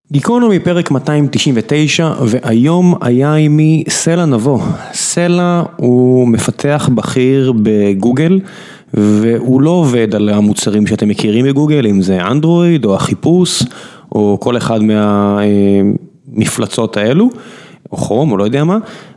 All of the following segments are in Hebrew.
גיקונומי פרק 299, והיום היה עימי סלע נבו. סלע הוא מפתח בכיר בגוגל, והוא לא עובד על המוצרים שאתם מכירים בגוגל, אם זה אנדרואיד או החיפוש, או כל אחד מהמפלצות האלו, או כרום, או לא יודע מה.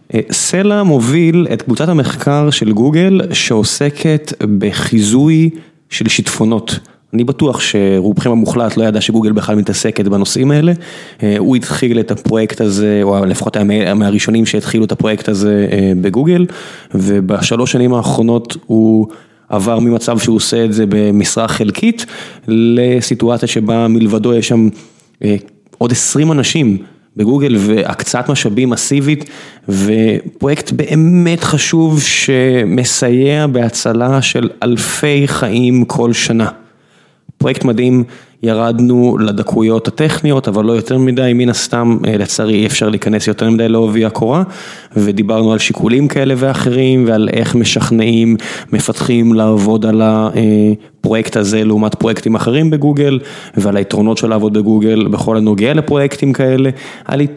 סלע מוביל את קבוצת המחקר של גוגל, שעוסקת בחיזוי של שיטפונות. אני בטוח שרובכם המוחלט לא ידע שגוגל בכלל מתעסקת בנושאים האלה. הוא התחיל את הפרויקט הזה, או לפחות מהראשונים שהתחילו את הפרויקט הזה בגוגל, ובשלוש שנים האחרונות הוא עבר ממצב שהוא עושה את זה במשרה חלקית, לסיטואציה שבה מלבדו יש שם עוד 20 אנשים בגוגל, והקצאת משאבים מסיבית, ופרויקט באמת חשוב שמסייע בהצלה של אלפי חיים כל שנה. פרויקט מדהים, ירדנו לדקויות הטכניות, אבל לא יותר מדי, מן הסתם, לצערי אי אפשר להיכנס יותר מדי לעובי הקורה, ודיברנו על שיקולים כאלה ואחרים, ועל איך משכנעים, מפתחים לעבוד על הפרויקט הזה, לעומת פרויקטים אחרים בגוגל, ועל היתרונות של לעבוד בגוגל, בכל הנוגע לפרויקטים כאלה. היה לי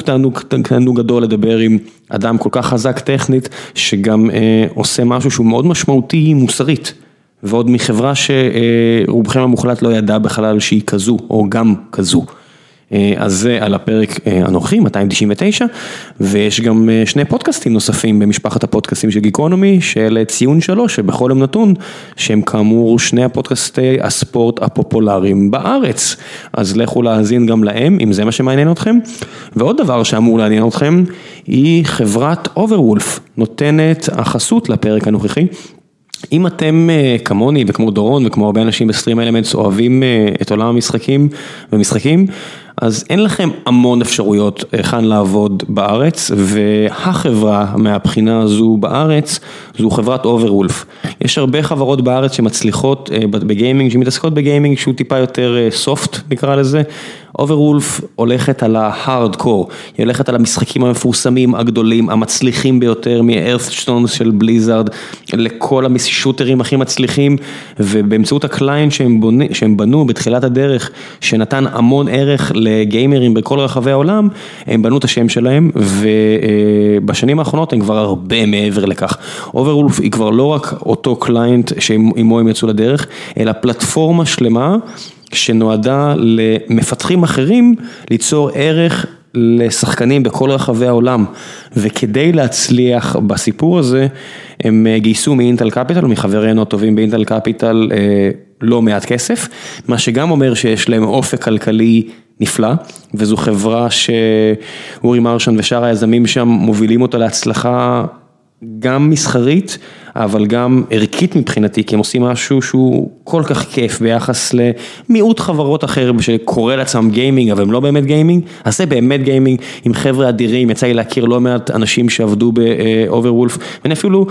תענוג גדול לדבר עם אדם כל כך חזק טכנית, שגם עושה משהו שהוא מאוד משמעותי מוסרית, ועוד מחברה שרובכם המוחלט לא ידע בכלל שהיא כזו, או גם כזו. אז זה על הפרק הנוכחי, 299, ויש גם שני פודקאסטים נוספים במשפחת הפודקאסטים של גיקונומי, של ציון 3, שבכל יום נתון, שהם כאמור שני הפודקאסטי הספורט הפופולריים בארץ. אז לכו להאזין גם להם, אם זה מה שמעניין אתכם. ועוד דבר שאמור לעניין אתכם, היא חברת אוברוולף, נותנת החסות לפרק הנוכחי. אם אתם כמוני וכמו דורון וכמו הרבה אנשים בסטרים אלמנטס אוהבים את עולם המשחקים ומשחקים, אז אין לכם המון אפשרויות כאן לעבוד בארץ, והחברה מהבחינה הזו בארץ, זו חברת אוברוולף. יש הרבה חברות בארץ שמצליחות בגיימינג, שמתעסקות בגיימינג שהוא טיפה יותר סופט נקרא לזה. אוברוולף הולכת על ההארדקור, היא הולכת על המשחקים המפורסמים הגדולים, המצליחים ביותר, מ-Earthstone של בליזארד, לכל השוטרים הכי מצליחים, ובאמצעות הקליינט שהם בנו בתחילת הדרך, שנתן המון ערך לגיימרים בכל רחבי העולם, הם בנו את השם שלהם, ובשנים האחרונות הם כבר הרבה מעבר לכך. אוברוולף היא כבר לא רק אותו קליינט שעמו הם יצאו לדרך, אלא פלטפורמה שלמה, שנועדה למפתחים אחרים ליצור ערך לשחקנים בכל רחבי העולם, וכדי להצליח בסיפור הזה, הם גייסו מאינטל קפיטל, מחברינו הטובים באינטל קפיטל, לא מעט כסף, מה שגם אומר שיש להם אופק כלכלי נפלא, וזו חברה שאורי מרשן ושאר היזמים שם מובילים אותה להצלחה גם מסחרית, אבל גם ערכית מבחינתי, כי הם עושים משהו שהוא כל כך כיף ביחס למיעוט חברות אחר שקורא לעצמם גיימינג, אבל הם לא באמת גיימינג, אז זה באמת גיימינג עם חבר'ה אדירים, יצא לי להכיר לא מעט אנשים שעבדו באוברוולף, ואני אפילו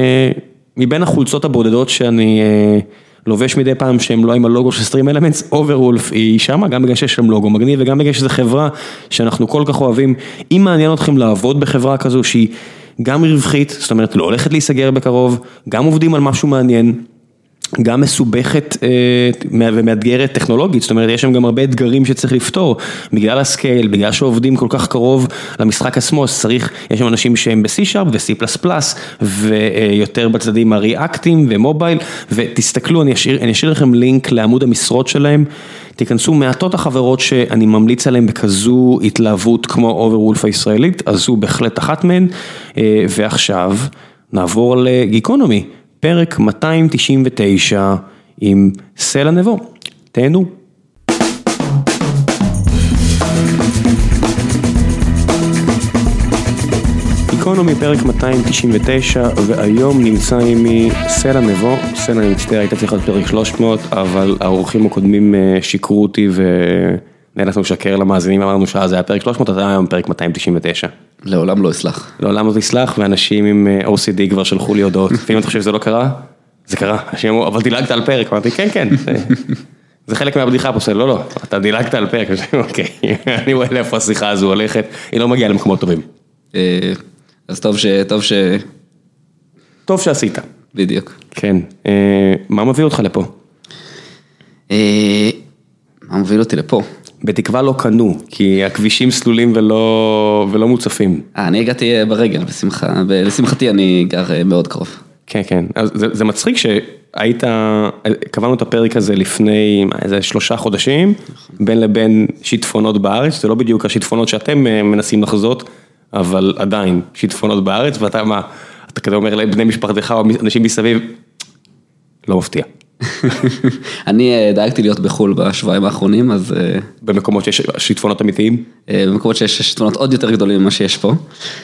מבין החולצות הבודדות שאני לובש מדי פעם שהם לא עם הלוגו של סטרים אלמנטס, אוברוולף היא שמה, גם בגלל שיש להם לוגו מגניב, וגם בגלל שזו חברה שאנחנו כל כך אוהבים. אם מעניין אתכם לעבוד בחברה כזו שהיא גם רווחית, זאת אומרת לא הולכת להיסגר בקרוב, גם עובדים על משהו מעניין, גם מסובכת ומאתגרת טכנולוגית, זאת אומרת יש שם גם הרבה אתגרים שצריך לפתור, בגלל הסקייל, בגלל שעובדים כל כך קרוב למשחק עצמו, יש שם אנשים שהם ב-C# ו-C++, ויותר בצדדים הריאקטים ומובייל, ותסתכלו, אני אשאיר לכם לינק לעמוד המשרות שלהם, תיכנסו מעטות החברות שאני ממליץ עליהן בכזו התלהבות כמו אוברוולף הישראלית, אז זו בהחלט אחת מהן, ועכשיו נעבור לגיקונומי, פרק 299 עם סלע נבו, תהנו. גיקונומי פרק 299, והיום נמצא עימי סלע נבו. סלע, אני מצטער, הייתה צריכה להיות פרק 300, אבל האורחים הקודמים שיקרו אותי ונאלצנו לשקר למאזינים, אמרנו שזה היה פרק 300, אז היה היום פרק 299. לעולם לא אסלח. לעולם לא תסלח, ואנשים עם OCD כבר שלחו לי הודעות. ואם אתה חושב שזה לא קרה, זה קרה. אנשים אמרו, אבל דילגת על פרק. אמרתי, כן, כן. זה חלק מהבדיחה פה, לא, אתה דילגת על פרק. אוקיי, אני רואה לאיפה השיחה הזו הולכת, היא לא מגיעה למקומות טובים. אז טוב שעשית. בדיוק. כן. מה מביא אותך לפה? מה מביא אותי לפה? בתקווה לא קנו, כי הכבישים סלולים ולא מוצפים. אני הגעתי ברגל, לשמחתי אני גר מאוד קרוב. כן, כן, אז זה מצחיק שהיית, קבענו את הפרק הזה לפני איזה 3 חודשים, בין לבין שיטפונות בארץ, זה לא בדיוק השיטפונות שאתם מנסים לחזות, אבל עדיין שיטפונות בארץ, ואתה מה, אתה כזה אומר לבני משפחתך או אנשים מסביב, לא מפתיע. אני דאגתי להיות בחול בשבועיים האחרונים, אז... במקומות שיש שיטפונות אמיתיים? במקומות שיש שיטפונות עוד יותר גדולים ממה שיש פה.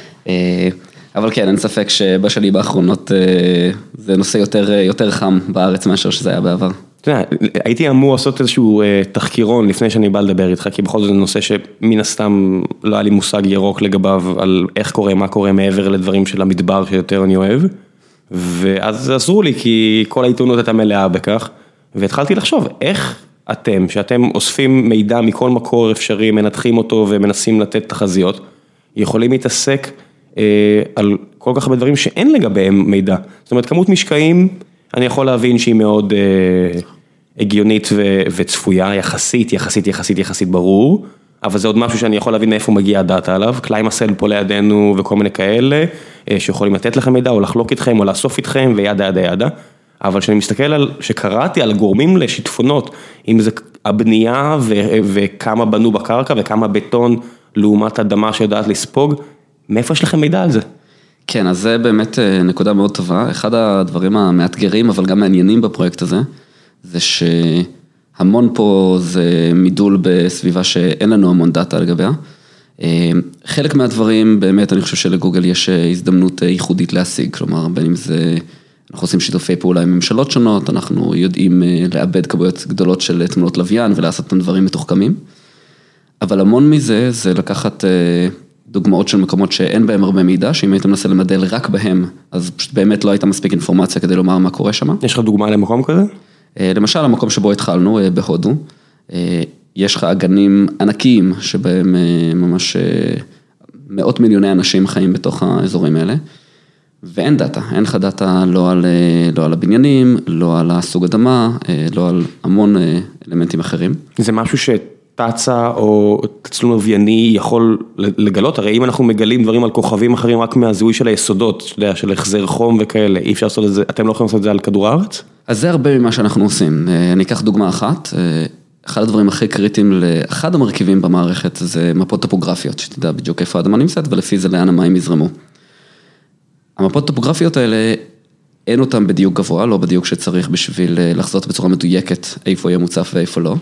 אבל כן, אין ספק שבשנים האחרונות זה נושא יותר חם בארץ מאשר שזה היה בעבר. אתה יודע, הייתי אמור לעשות איזשהו תחקירון לפני שאני בא לדבר איתך, כי בכל זאת זה נושא שמן הסתם לא היה לי מושג ירוק לגביו על איך קורה, מה קורה מעבר לדברים של המדבר שיותר אני אוהב. ואז עזרו לי, כי כל העיתונות הייתה מלאה בכך, והתחלתי לחשוב, איך אתם, שאתם אוספים מידע מכל מקור אפשרי, מנתחים אותו ומנסים לתת תחזיות, יכולים להתעסק על כל כך הרבה דברים שאין לגביהם מידע. זאת אומרת, כמות משקעים, אני יכול להבין שהיא מאוד הגיונית וצפויה, יחסית ברור, אבל זה עוד משהו שאני יכול להבין מאיפה מגיע הדאטה עליו, קליימסל פה לידינו וכל מיני כאלה, שיכולים לתת לכם מידע, או לחלוק איתכם, או לאסוף איתכם, וידה. אבל כשאני מסתכל על, שקראתי על גורמים לשיטפונות, אם זה הבנייה וכמה בנו בקרקע, וכמה בטון לעומת אדמה שיודעת לספוג, מאיפה יש לכם מידע על זה? כן, אז זה באמת נקודה מאוד טובה. אחד הדברים המאתגרים, אבל גם מעניינים בפרויקט הזה, זה שהמון פה זה מידול בסביבה שאין לנו המון דאטה לגביה. חלק מהדברים, באמת, אני חושב שלגוגל יש הזדמנות ייחודית להשיג, כלומר, בין אם זה, אנחנו עושים שיתופי פעולה עם ממשלות שונות, אנחנו יודעים לאבד כמויות גדולות של תמונות לוויין, ולעשות אותם דברים מתוחכמים. אבל המון מזה, זה לקחת דוגמאות של מקומות שאין בהם הרבה מידע, שאם היית מנסה למדל רק בהם, אז פשוט באמת לא הייתה מספיק אינפורמציה כדי לומר מה קורה שם. יש לך דוגמה למקום כזה? למשל, המקום שבו התחלנו, בהודו, יש לך אגנים ענקיים, שבהם ממש מאות מיליוני אנשים חיים בתוך האזורים האלה, ואין דאטה, אין לך דאטה לא על הבניינים, לא על הסוג אדמה, לא על המון אלמנטים אחרים. זה משהו שטאצה או תצלום לווייני יכול לגלות, הרי אם אנחנו מגלים דברים על כוכבים אחרים רק מהזיהוי של היסודות, אתה יודע, של החזר חום וכאלה, אי אפשר לעשות את זה, אתם לא יכולים לעשות את זה על כדור הארץ? אז זה הרבה ממה שאנחנו עושים. אני אקח דוגמה אחת, אחד הדברים הכי קריטיים לאחד המרכיבים במערכת זה מפות טופוגרפיות, שתדע בדיוק איפה האדמה נמצאת ולפי זה לאן המים יזרמו. המפות טופוגרפיות האלה, אין אותם בדיוק גבוה, לא בדיוק שצריך בשביל לחזות בצורה מדויקת איפה יהיה מוצף ואיפה לא.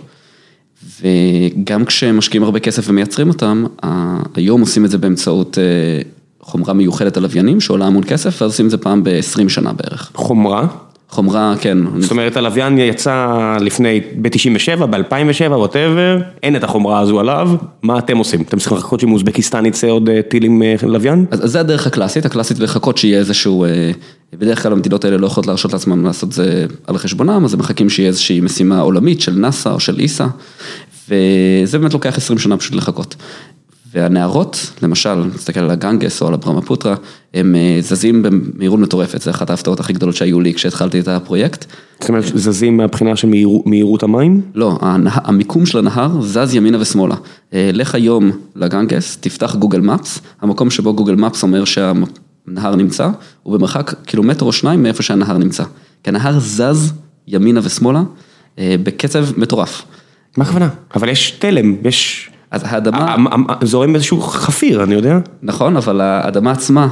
וגם כשמשקיעים הרבה כסף ומייצרים אותם, היום עושים את זה באמצעות חומרה מיוחדת על לוויינים, שעולה המון כסף, ואז עושים את זה פעם ב-20 שנה בערך. חומרה, כן. זאת אומרת, הלוויין יצא לפני, ב-97, ב-2007, whatever, אין את החומרה הזו עליו, מה אתם עושים? אתם צריכים לחכות שאם אוזבקיסטן יצא עוד טיל עם לוויין? אז זה הדרך הקלאסית לחכות שיהיה איזשהו, בדרך כלל המדינות האלה לא יכולות להרשות לעצמם לעשות זה על חשבונם, אז הם מחכים שיהיה איזושהי משימה עולמית של נאסא או של איסא, וזה באמת לוקח 20 שנה פשוט לחכות. והנערות, למשל, נסתכל על הגנגס או על הברמפוטרה, הם זזים במהירות מטורפת, זה אחת ההפתעות הכי גדולות שהיו לי כשהתחלתי את הפרויקט. זאת אומרת, זזים מהבחינה של מהירות המים? לא, המיקום של הנהר זז ימינה ושמאלה. לך היום לגנגס, תפתח גוגל מפס, המקום שבו גוגל מפס אומר שהנהר נמצא, הוא במרחק 1-2 קילומטר מאיפה שהנהר נמצא. כי הנהר זז ימינה ושמאלה, בקצב מטורף. מה הכוונה? אבל יש תלם, יש... אז האדמה... זורם באיזשהו חפיר, אני יודע. נכון, אבל האדמה עצמה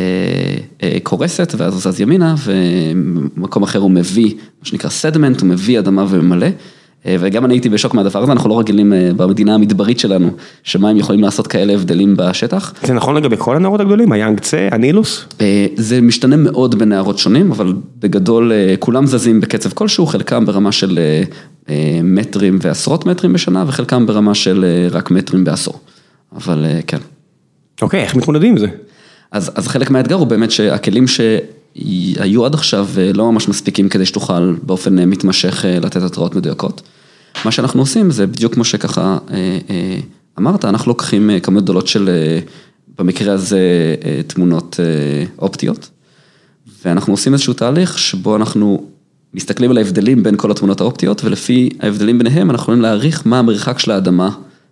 קורסת, ואז הוא זז ימינה, ומקום אחר הוא מביא, מה שנקרא סדמנט, הוא מביא אדמה וממלא, וגם אני הייתי בשוק מהדבר הזה, אנחנו לא רגילים במדינה המדברית שלנו, שמים יכולים לעשות כאלה הבדלים בשטח. זה נכון לגבי כל הנערות הגדולים, היאנגצה, הנילוס? זה משתנה מאוד בנערות שונים, אבל בגדול כולם זזים בקצב כלשהו, חלקם ברמה של מטרים ועשרות מטרים בשנה, וחלקם ברמה של רק מטרים בעשור. אבל כן. אוקיי, איך מתמודדים עם זה? אז חלק מהאתגר הוא באמת שהכלים שהיו עד עכשיו לא ממש מספיקים כדי שתוכל באופן מתמשך לתת התראות מדויקות. מה שאנחנו עושים זה בדיוק כמו שככה אמרת, אנחנו לוקחים כמות גדולות של, במקרה הזה, תמונות אופטיות, ואנחנו עושים איזשהו תהליך שבו אנחנו מסתכלים על ההבדלים בין כל התמונות האופטיות, ולפי ההבדלים ביניהם אנחנו יכולים להעריך מה המרחק של האדמה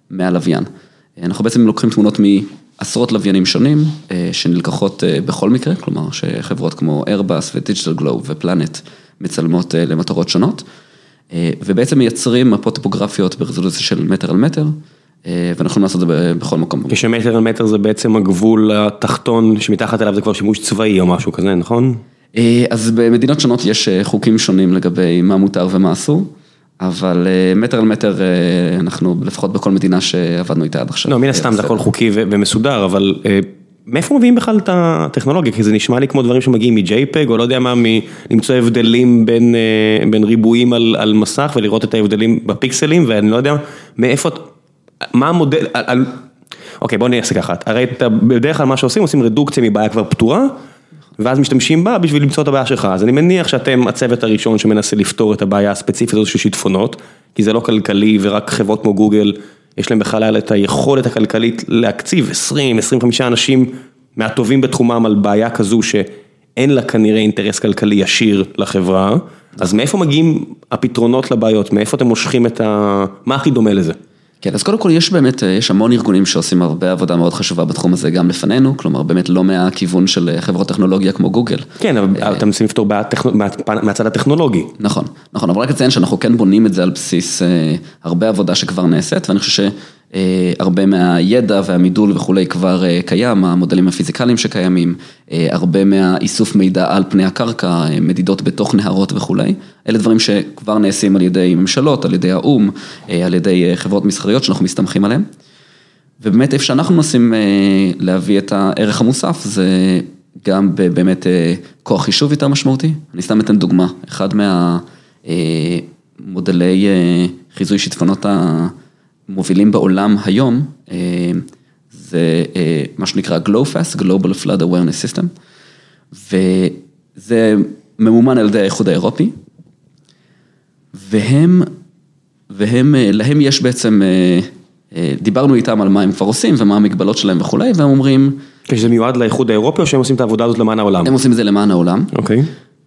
מהלוויין. אנחנו בעצם לוקחים תמונות מעשרות לוויינים שונים, שנלקחות בכל מקרה, כלומר שחברות כמו Airbus ודיג'יטל גלוב ופלנט מצלמות למטרות שונות, ובעצם מייצרים מפות טופוגרפיות ברזולוציה של מטר על מטר, ואנחנו יכולים לעשות את זה בכל מקום. כשמטר על מטר זה בעצם הגבול התחתון, שמתחת אליו זה כבר שימוש צבאי או משהו כזה, נכון? אז במדינות שונות יש חוקים שונים לגבי מה מותר ומה אסור, אבל מטר על מטר אנחנו לפחות בכל מדינה שעבדנו איתה עד עכשיו. לא, מן הסתם זה הכל חוקי ומסודר, אבל מאיפה מביאים בכלל את הטכנולוגיה? כי זה נשמע לי כמו דברים שמגיעים מ-JPEG, או לא יודע מה, למצוא הבדלים בין ריבועים על מסך, ולראות את ההבדלים בפיקסלים, ואני לא יודע מאיפה, מה המודל, אוקיי, בוא נעשה ככה, הרי בדרך כלל מה שעושים, עושים רדוקציה מבעיה כבר פתורה, ואז משתמשים בה בשביל למצוא את הבעיה שלך. אז אני מניח שאתם הצוות הראשון שמנסה לפתור את הבעיה הספציפית הזו של שיטפונות, כי זה לא כלכלי ורק חברות כמו גוגל, יש להם בכלל את היכולת הכלכלית להקציב 20-25 אנשים מהטובים בתחומם על בעיה כזו שאין לה כנראה אינטרס כלכלי ישיר לחברה. אז מאיפה מגיעים הפתרונות לבעיות? מאיפה אתם מושכים מה הכי דומה לזה? כן, אז קודם כל יש באמת, יש המון ארגונים שעושים הרבה עבודה מאוד חשובה בתחום הזה גם לפנינו, כלומר באמת לא מהכיוון של חברות טכנולוגיה כמו גוגל. כן, אבל אתם מנסים לפתור מהצד הטכנולוגי. נכון, נכון, אבל רק אציין שאנחנו כן בונים את זה על בסיס הרבה עבודה שכבר נעשית, ואני חושב שהרבה מהידע והמידול וכולי כבר קיים, המודלים הפיזיקליים שקיימים, הרבה מהאיסוף מידע על פני הקרקע, מדידות בתוך נהרות וכולי, אלה דברים שכבר נעשים על ידי ממשלות, על ידי האום, על ידי חברות מסחריות שאנחנו מסתמכים עליהם, ובאמת איפה שאנחנו מנסים להביא את הערך המוסף, זה גם באמת כוח חישוב יותר משמעותי. אני סתם אתן דוגמה, אחד מהמודלי חיזוי שיטפונות המובילים בעולם היום, זה מה שנקרא GLOFAST, Global Flood Awareness System, וזה ממומן על ידי האיחוד האירופי, להם יש בעצם, דיברנו איתם על מה הם כבר עושים ומה המגבלות שלהם וכולי, והם אומרים... כשזה מיועד לאיחוד האירופי או שהם עושים את העבודה הזאת למען העולם? הם עושים את זה למען העולם. אוקיי.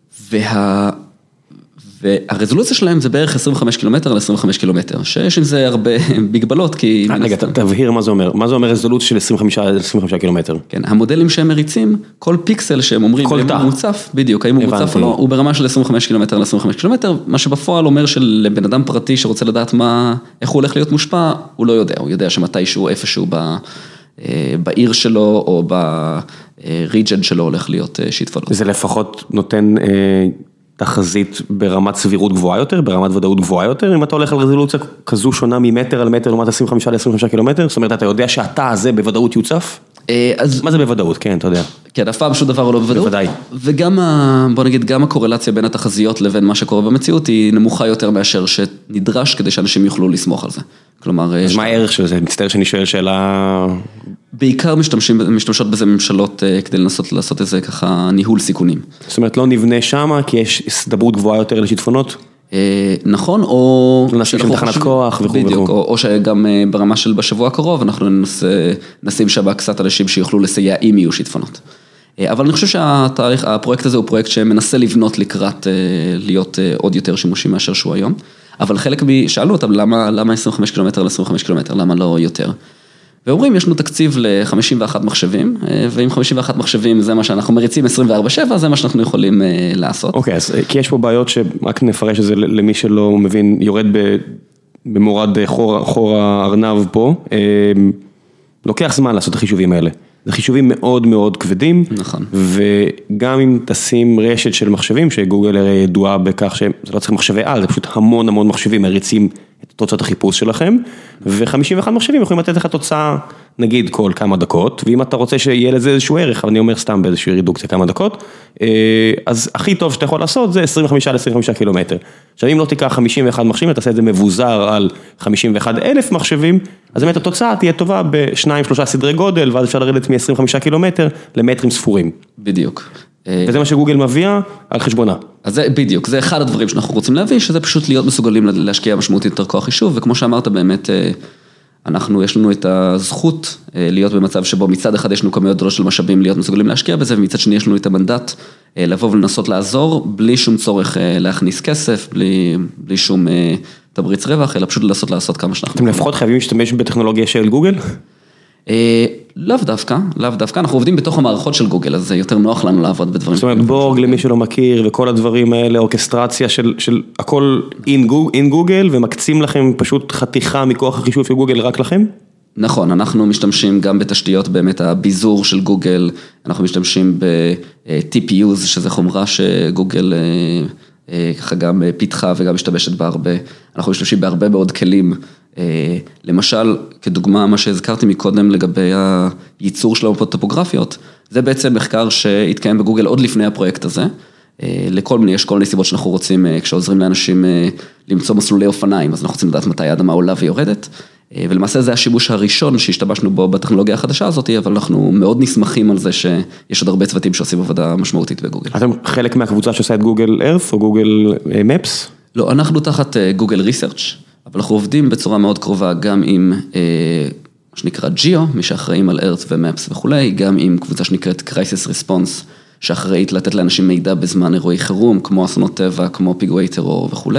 והרזולוציה שלהם זה בערך 25 קילומטר על 25 קילומטר, שיש עם זה הרבה מגבלות, כי... רגע, תבהיר מה זה אומר. מה זה אומר רזולוציה של 25 קילומטר? כן, המודלים שהם מריצים, כל פיקסל שהם אומרים, האם הוא מוצף, בדיוק, האם הוא מוצף או לא, הוא ברמה של 25 קילומטר על 25 קילומטר, מה שבפועל אומר שלבן אדם פרטי שרוצה לדעת איך הוא הולך להיות מושפע, הוא לא יודע, הוא יודע שמתישהו איפשהו בעיר שלו או בריג'ן שלו הולך להיות שיטפונות. זה לפחות נותן תחזית ברמת סבירות גבוהה יותר, ברמת ודאות גבוהה יותר, אם אתה הולך על רזולוציה כזו שונה ממטר על מטר לעומת 25 ל-25 קילומטר, זאת אומרת, אתה יודע שאתה הזה בוודאות יוצף? מה זה בוודאות? כן, אתה יודע. כן, אף פעם שום דבר הוא לא בוודאות. בוודאי. וגם, בוא נגיד, גם הקורלציה בין התחזיות לבין מה שקורה במציאות, היא נמוכה יותר מאשר שנדרש כדי שאנשים יוכלו לסמוך על זה. כלומר... אז מה הערך של זה? מצטער שאני שואל שאלה... בעיקר משתמשות בזה ממשלות כדי לנסות לעשות איזה ככה ניהול סיכונים. זאת אומרת, לא נבנה שמה כי יש הסתברות גבוהה יותר לשיטפונות? נכון, או... נשים שם תחנת כוח וכו'. בדיוק, או שגם ברמה של בשבוע הקרוב, אנחנו נשים שם קצת אנשים שיוכלו לסייע אם יהיו שיטפונות. אבל אני חושב שהפרויקט הזה הוא פרויקט שמנסה לבנות לקראת להיות עוד יותר שימושי מאשר שהוא היום. אבל חלק שאלו אותם, למה 25 קילומטר ל-25 קילומטר, למה לא יותר? ואומרים, יש לנו תקציב ל-51 מחשבים, ועם 51 מחשבים זה מה שאנחנו מריצים 24/7, זה מה שאנחנו יכולים לעשות. אוקיי, אז כי יש פה בעיות שרק נפרש את זה למי שלא מבין, יורד במורד חור הארנב פה, לוקח זמן לעשות את החישובים האלה. זה חישובים מאוד מאוד כבדים, נכון. וגם אם תשים רשת של מחשבים, שגוגל הרי ידועה בכך שזה לא צריך מחשבי על, זה פשוט המון המון מחשבים מריצים את תוצאות החיפוש שלכם, ו51 מחשבים יכולים לתת לך תוצאה, נגיד כל כמה דקות, ואם אתה רוצה שיהיה לזה איזשהו ערך, אבל אני אומר סתם באיזושהי רידוקציה כמה דקות, אז הכי טוב שאתה יכול לעשות זה 25 ל-25 קילומטר. עכשיו אם לא תיקח 51 מחשבים, אתה עושה את זה מבוזר על 51,000 מחשבים, אז באמת התוצאה תהיה טובה ב2-3 סדרי גודל, ואז אפשר לרדת מ-25 קילומטר למטרים ספורים. בדיוק. וזה מה שגוגל מביאה על חשבונה. אז זה בדיוק, זה אחד הדברים שאנחנו רוצים להביא, שזה פשוט להיות מסוגלים להשקיע משמעותית יותר כוח חישוב, וכמו שאמרת באמת, יש לנו את הזכות להיות במצב שבו מצד אחד יש לנו כמויות גדולות של משאבים להיות מסוגלים להשקיע בזה, ומצד שני יש לנו את המנדט לבוא ולנסות לעזור, בלי שום צורך להכניס כסף, בלי שום תמריץ רווח, אלא פשוט לעשות כמה שאנחנו. אתם לפחות חייבים להשתמש בטכנולוגיה של גוגל? לאו דווקא, אנחנו עובדים בתוך המערכות של גוגל, אז זה יותר נוח לנו לעבוד בדברים. זאת אומרת, בורג למי שלא מכיר, וכל הדברים האלה, אורקסטרציה של הכל in גוגל, ומקצים לכם פשוט חתיכה מכוח החישוב של גוגל רק לכם? נכון, אנחנו משתמשים גם בתשתיות באמת הביזור של גוגל, אנחנו משתמשים ב-TPUs, שזה חומרה שגוגל ככה גם פיתחה וגם משתמשת בה הרבה, אנחנו משתמשים בהרבה מאוד כלים, למשל, כדוגמה, מה שהזכרתי מקודם לגבי הייצור של המפות טופוגרפיות, זה בעצם מחקר שהתקיים בגוגל עוד לפני הפרויקט הזה, יש כל מיני סיבות שאנחנו רוצים, כשעוזרים לאנשים למצוא מסלולי אופניים, אז אנחנו רוצים לדעת מתי האדמה עולה ויורדת, ולמעשה זה השימוש הראשון שהשתמשנו בו בטכנולוגיה החדשה הזאת, אבל אנחנו מאוד נשמחים על זה שיש עוד הרבה צוותים שעושים עבודה משמעותית בגוגל. אתם חלק מהקבוצה שעושה את גוגל ארת או גוגל מפס? לא, אנחנו תחת גוגל ריסרצ', אבל אנחנו עובדים בצורה מאוד קרובה גם עם מה שנקרא ג'יו, מי שאחראים על ארת ומפס וכולי, גם עם קבוצה שנקראת קרייסיס ריספונס, שאחראית לתת לאנשים מידע בזמן אירועי חירום, כמו אסונות טבע, כמו פיגועי טרור וכולי.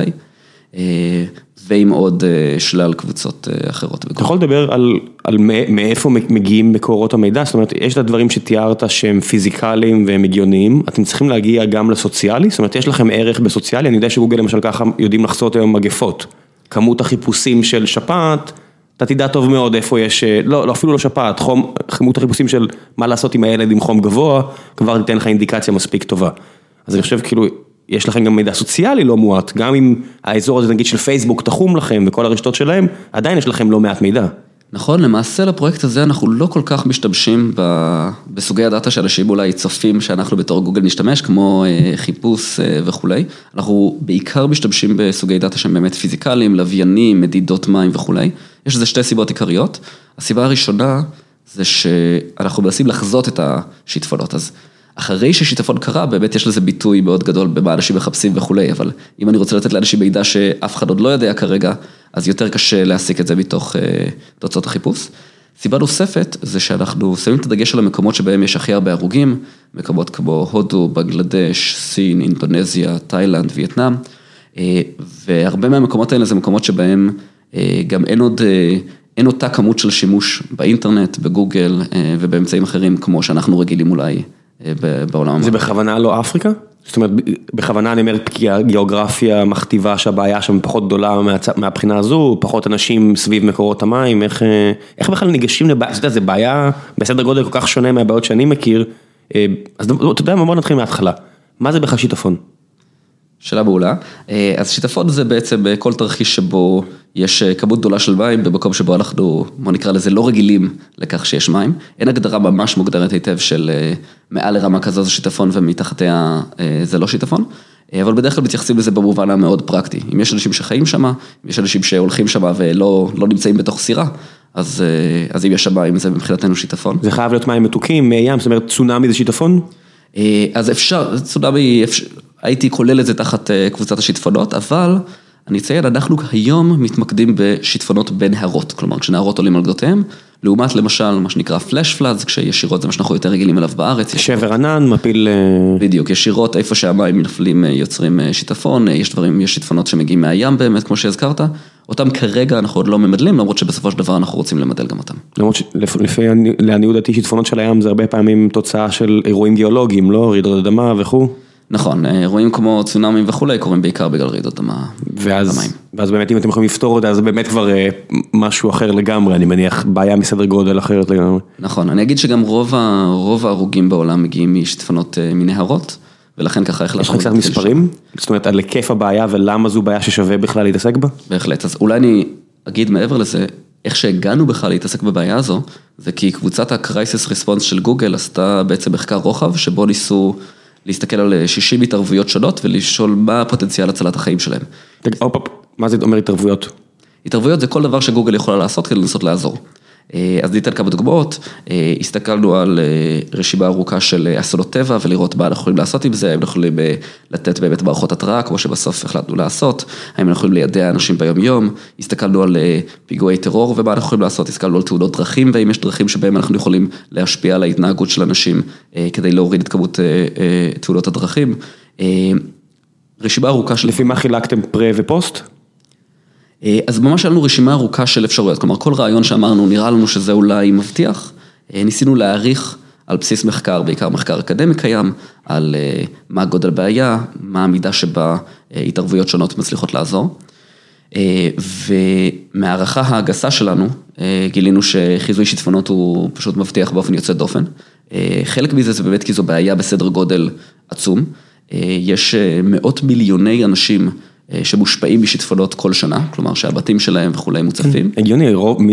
ועם עוד שלל קבוצות אחרות. אתה יכול לדבר על מאיפה מגיעים מקורות המידע? זאת אומרת, יש את הדברים שתיארת שהם פיזיקליים והם הגיוניים, אתם צריכים להגיע גם לסוציאלי? זאת אומרת, יש לכם ערך בסוציאלי? אני יודע שגוגל למשל ככה יודעים לחצות היום מגפות. כמות החיפושים של שפעת, אתה תדע טוב מאוד איפה יש, לא, אפילו לא שפעת, כמות החיפושים של מה לעשות עם הילד עם חום גבוה, כבר ניתן לך אינדיקציה מספיק טובה. אז אני חושב כאילו, יש לכם גם מידע סוציאלי לא מועט, גם אם האזור הזה נגיד של פייסבוק תחום לכם וכל הרשתות שלהם, עדיין יש לכם לא מעט מידע. נכון, למעשה לפרויקט הזה אנחנו לא כל כך משתמשים בסוגי הדאטה שאנשים אולי צופים שאנחנו בתור גוגל נשתמש, כמו חיפוש וכולי. אנחנו בעיקר משתמשים בסוגי דאטה שהם באמת פיזיקליים, לוויינים, מדידות מים וכולי. יש לזה שתי סיבות עיקריות. הסיבה הראשונה זה שאנחנו מנסים לחזות את השיטפונות, אז אחרי ששיטפון קרה, באמת יש לזה ביטוי מאוד גדול במה אנשים מחפשים וכולי, אבל אם אני רוצה לתת לאנשים מידע שאף אחד עוד לא יודע כרגע, אז יותר קשה להסיק את זה מתוך תוצאות החיפוש. סיבה נוספת זה שאנחנו שמים את הדגש על המקומות שבהם יש הכי הרבה הרוגים, מקומות כמו הודו, בנגלדש, סין, אינדונזיה, תאילנד, וייטנאם, והרבה מהמקומות האלה זה מקומות שבהם גם אין אותה כמות של שימוש באינטרנט, בגוגל ובאמצעים אחרים כמו שאנחנו רגילים אולי בעולם. זה בכוונה לא אפריקה? זאת אומרת, בכוונה אני אומרת, כי הגיאוגרפיה מכתיבה שהבעיה שם פחות גדולה מהבחינה הזו, פחות אנשים סביב מקורות המים, איך בכלל ניגשים לבעיה? זאת אומרת, זה בעיה בסדר גודל כל כך שונה מהבעיות שאני מכיר, אז אתה יודע מה, בוא נתחיל מההתחלה. מה זה בכלל שיטפון? שאלה מעולה. אז שיטפון זה בעצם כל תרחיש שבו יש כמות גדולה של מים, במקום שבו אנחנו, בוא נקרא לזה, לא רגילים לכך שיש מים. אין הגדרה ממש מוגדרת היטב של מעל לרמה כזו זה שיטפון ומתחתיה זה לא שיטפון, אבל בדרך כלל מתייחסים לזה במובן המאוד פרקטי. אם יש אנשים שחיים שם, אם יש אנשים שהולכים שם ולא נמצאים בתוך סירה, אז אם יש שם מים זה מבחינתנו שיטפון. זה חייב להיות מים מתוקים, מים, זאת אומרת צונאמי זה שיטפון? אז אפשר, צונאמי, הייתי כולל את זה תחת קבוצת השיטפונות, אבל אני אציין, אנחנו היום מתמקדים בשיטפונות בנהרות, כלומר כשנהרות עולים על גדותיהם, לעומת למשל מה שנקרא פלאש פלאדס, כשישירות זה מה שאנחנו יותר רגילים אליו בארץ. שבר ענן, מפיל... בדיוק, ישירות איפה שהמים נפלים יוצרים שיטפון, יש שיטפונות שמגיעים מהים באמת, כמו שהזכרת, אותם כרגע אנחנו עוד לא ממדלים, למרות שבסופו של דבר אנחנו רוצים למדל גם אותם. למרות שלפי לעניות דעתי שיטפונות של הים זה הרבה פעמים תוצאה של אירועים גיאולוגיים, לא? רעידות אדמה וכו'. נכון, אירועים כמו צונאמים וכולי קורים בעיקר בגלל רעידות אדמה. ואז באמת אם אתם יכולים לפתור את זה, אז באמת כבר משהו אחר לגמרי, אני מניח בעיה מסדר גודל אחרת לגמרי. נכון, אני אגיד שגם רוב ההרוגים בעולם מגיעים משיטפונות מנהרות, ולכן ככה איך... יש לך קצת מספרים? זאת אומרת, על היקף הבעיה ולמה זו בעיה ששווה בכלל להתעסק בה? בהחלט, אז אולי אני אגיד מעבר לזה, איך שהגענו בכלל להתעסק בבעיה הזו, זה כי קבוצת ה-Crisis Response של גוגל עשתה בעצם מחקר רוחב, שבו ניסו להסתכל על 60 התערבויות שונות, ולשאול מה הפוטנציאל הצלת החיים שלהם. מה זה אומר התערבויות? התערבויות זה כל דבר שגוגל יכולה לעשות כדי לנסות לעזור. אז ניתן כמה דוגמאות, הסתכלנו על רשימה ארוכה של אסונות טבע, ולראות מה אנחנו יכולים לעשות עם זה, האם אנחנו יכולים לתת באמת מערכות התראה, כמו שבסוף החלטנו לעשות, האם אנחנו יכולים לידע אנשים ביום יום, הסתכלנו על פיגועי טרור, ומה אנחנו יכולים לעשות, הסתכלנו על תאונות דרכים, ואם יש דרכים שבהם אנחנו יכולים להשפיע על ההתנהגות של אנשים, כדי להוריד את כמות תאונות הדרכים. רשימה ארוכה של... לפי מה חילקתם פרה ופוסט? אז ממש היה לנו רשימה ארוכה של אפשרויות, כלומר כל רעיון שאמרנו נראה לנו שזה אולי מבטיח, ניסינו להעריך על בסיס מחקר, בעיקר מחקר אקדמי קיים, על מה גודל בעיה, מה המידה שבה התערבויות שונות מצליחות לעזור. ומהערכה ההגסה שלנו, גילינו שחיזוי שיטפונות הוא פשוט מבטיח באופן יוצא דופן. חלק מזה זה באמת כי זו בעיה בסדר גודל עצום. יש מאות מיליוני אנשים שמושפעים משיטפונות כל שנה, כלומר שהבתים שלהם וכולי מוצפים. הגיוני,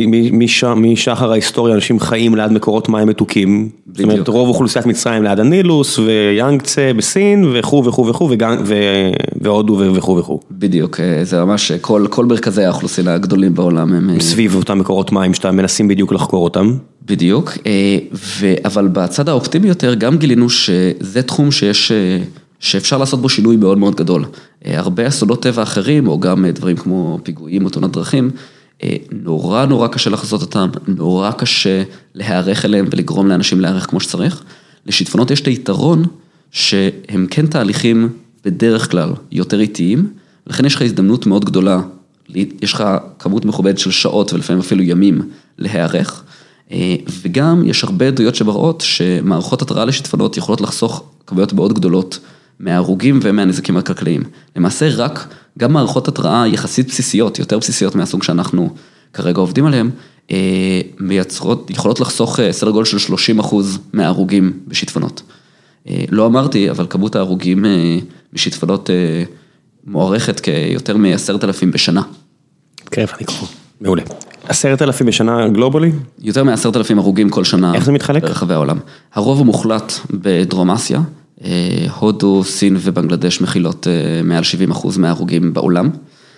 משחר ההיסטוריה אנשים חיים ליד מקורות מים מתוקים, זאת אומרת רוב אוכלוסיית מצרים ליד הנילוס ויאנגצה בסין וכו' וכו' וכו' והודו וכו' וכו'. בדיוק, זה ממש כל מרכזי האוכלוסין הגדולים בעולם הם סביב אותם מקורות מים שאתה מנסים בדיוק לחקור אותם. בדיוק, אבל בצד האופטימי יותר גם גילינו שזה תחום שאפשר לעשות בו שינוי מאוד מאוד גדול. הרבה אסונות טבע אחרים, או גם דברים כמו פיגועים או תאונות דרכים, נורא קשה לחזות אותם, נורא קשה להיערך אליהם ולגרום לאנשים להיערך כמו שצריך. לשיטפונות יש את היתרון שהם כן תהליכים בדרך כלל יותר איטיים, ולכן יש לך הזדמנות מאוד גדולה, יש לך כמות מכובדת של שעות ולפעמים אפילו ימים להיערך, וגם יש הרבה עדויות שמראות שמערכות התראה לשיטפונות יכולות לחסוך כמויות מאוד גדולות מההרוגים ומהנזקים הכלכליים. למעשה גם מערכות התראה יחסית בסיסיות, יותר בסיסיות מהסוג שאנחנו כרגע עובדים עליהן, יכולות לחסוך סדר גודל של 30% מההרוגים בשיטפונות. לא אמרתי, אבל כמות ההרוגים בשיטפונות מוערכת כיותר מ10,000 בשנה. קרב, אני קורא. מעולה. 10,000 בשנה גלובלי? יותר מ10,000 הרוגים כל שנה. איך זה מתחלק? ברחבי העולם. הרוב המוחלט בדרום אסיה, הודו, סין ובנגלדש מכילות מעל 70% מההרוגים בעולם.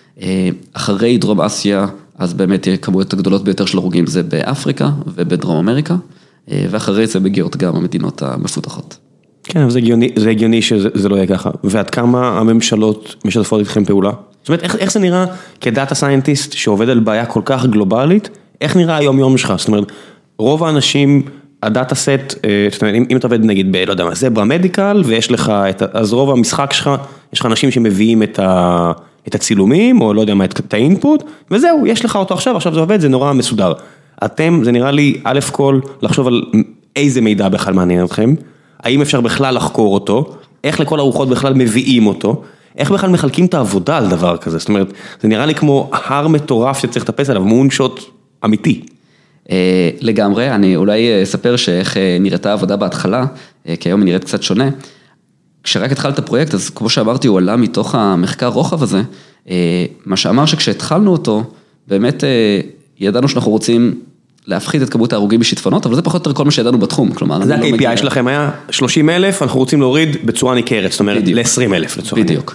אחרי דרום אסיה, אז באמת כמויות הגדולות ביותר של הרוגים זה באפריקה ובדרום אמריקה, ואחרי זה מגיעות גם המדינות המפותחות. כן, אבל זה הגיוני שזה לא יהיה ככה. ועד כמה הממשלות משתפות איתכם פעולה? זאת אומרת, איך זה נראה כדאטה סיינטיסט שעובד על בעיה כל כך גלובלית, איך נראה היום שלך? זאת אומרת, רוב האנשים, הדאטה סט, אם אתה עובד נגיד לא יודע מה, זברה מדיקל, ויש לך, אז רוב המשחק שלך, יש לך אנשים שמביאים את הצילומים, או לא יודע מה, את האינפוט, וזהו, יש לך אותו עכשיו זה עובד, זה נורא מסודר. זה נראה לי, א' כל, לחשוב על איזה מידע בכלל מעניין אתכם, האם אפשר בכלל לחקור אותו, איך לכל הרוחות בכלל מביאים אותו, איך בכלל מחלקים את העבודה על דבר כזה, זאת אומרת, זה נראה לי כמו הר מטורף שצריך לטפס עליו, מונשוט אמיתי. לגמרי, אני אולי אספר שאיך נראתה העבודה בהתחלה, כי היום היא נראית קצת שונה. כשרק התחלת את הפרויקט, אז כמו שאמרתי, הוא עלה מתוך המחקר רוחב הזה, מה שאמר שכשהתחלנו אותו, באמת ידענו שאנחנו רוצים להפחית את כמות ההרוגים בשיטפונות, אבל זה פחות או יותר כל מה שידענו בתחום, כלומר... זה ה-KPI שלכם היה 30,000, אנחנו רוצים להוריד בצורה ניכרת, זאת אומרת, ל-20,000 לצורך. בדיוק.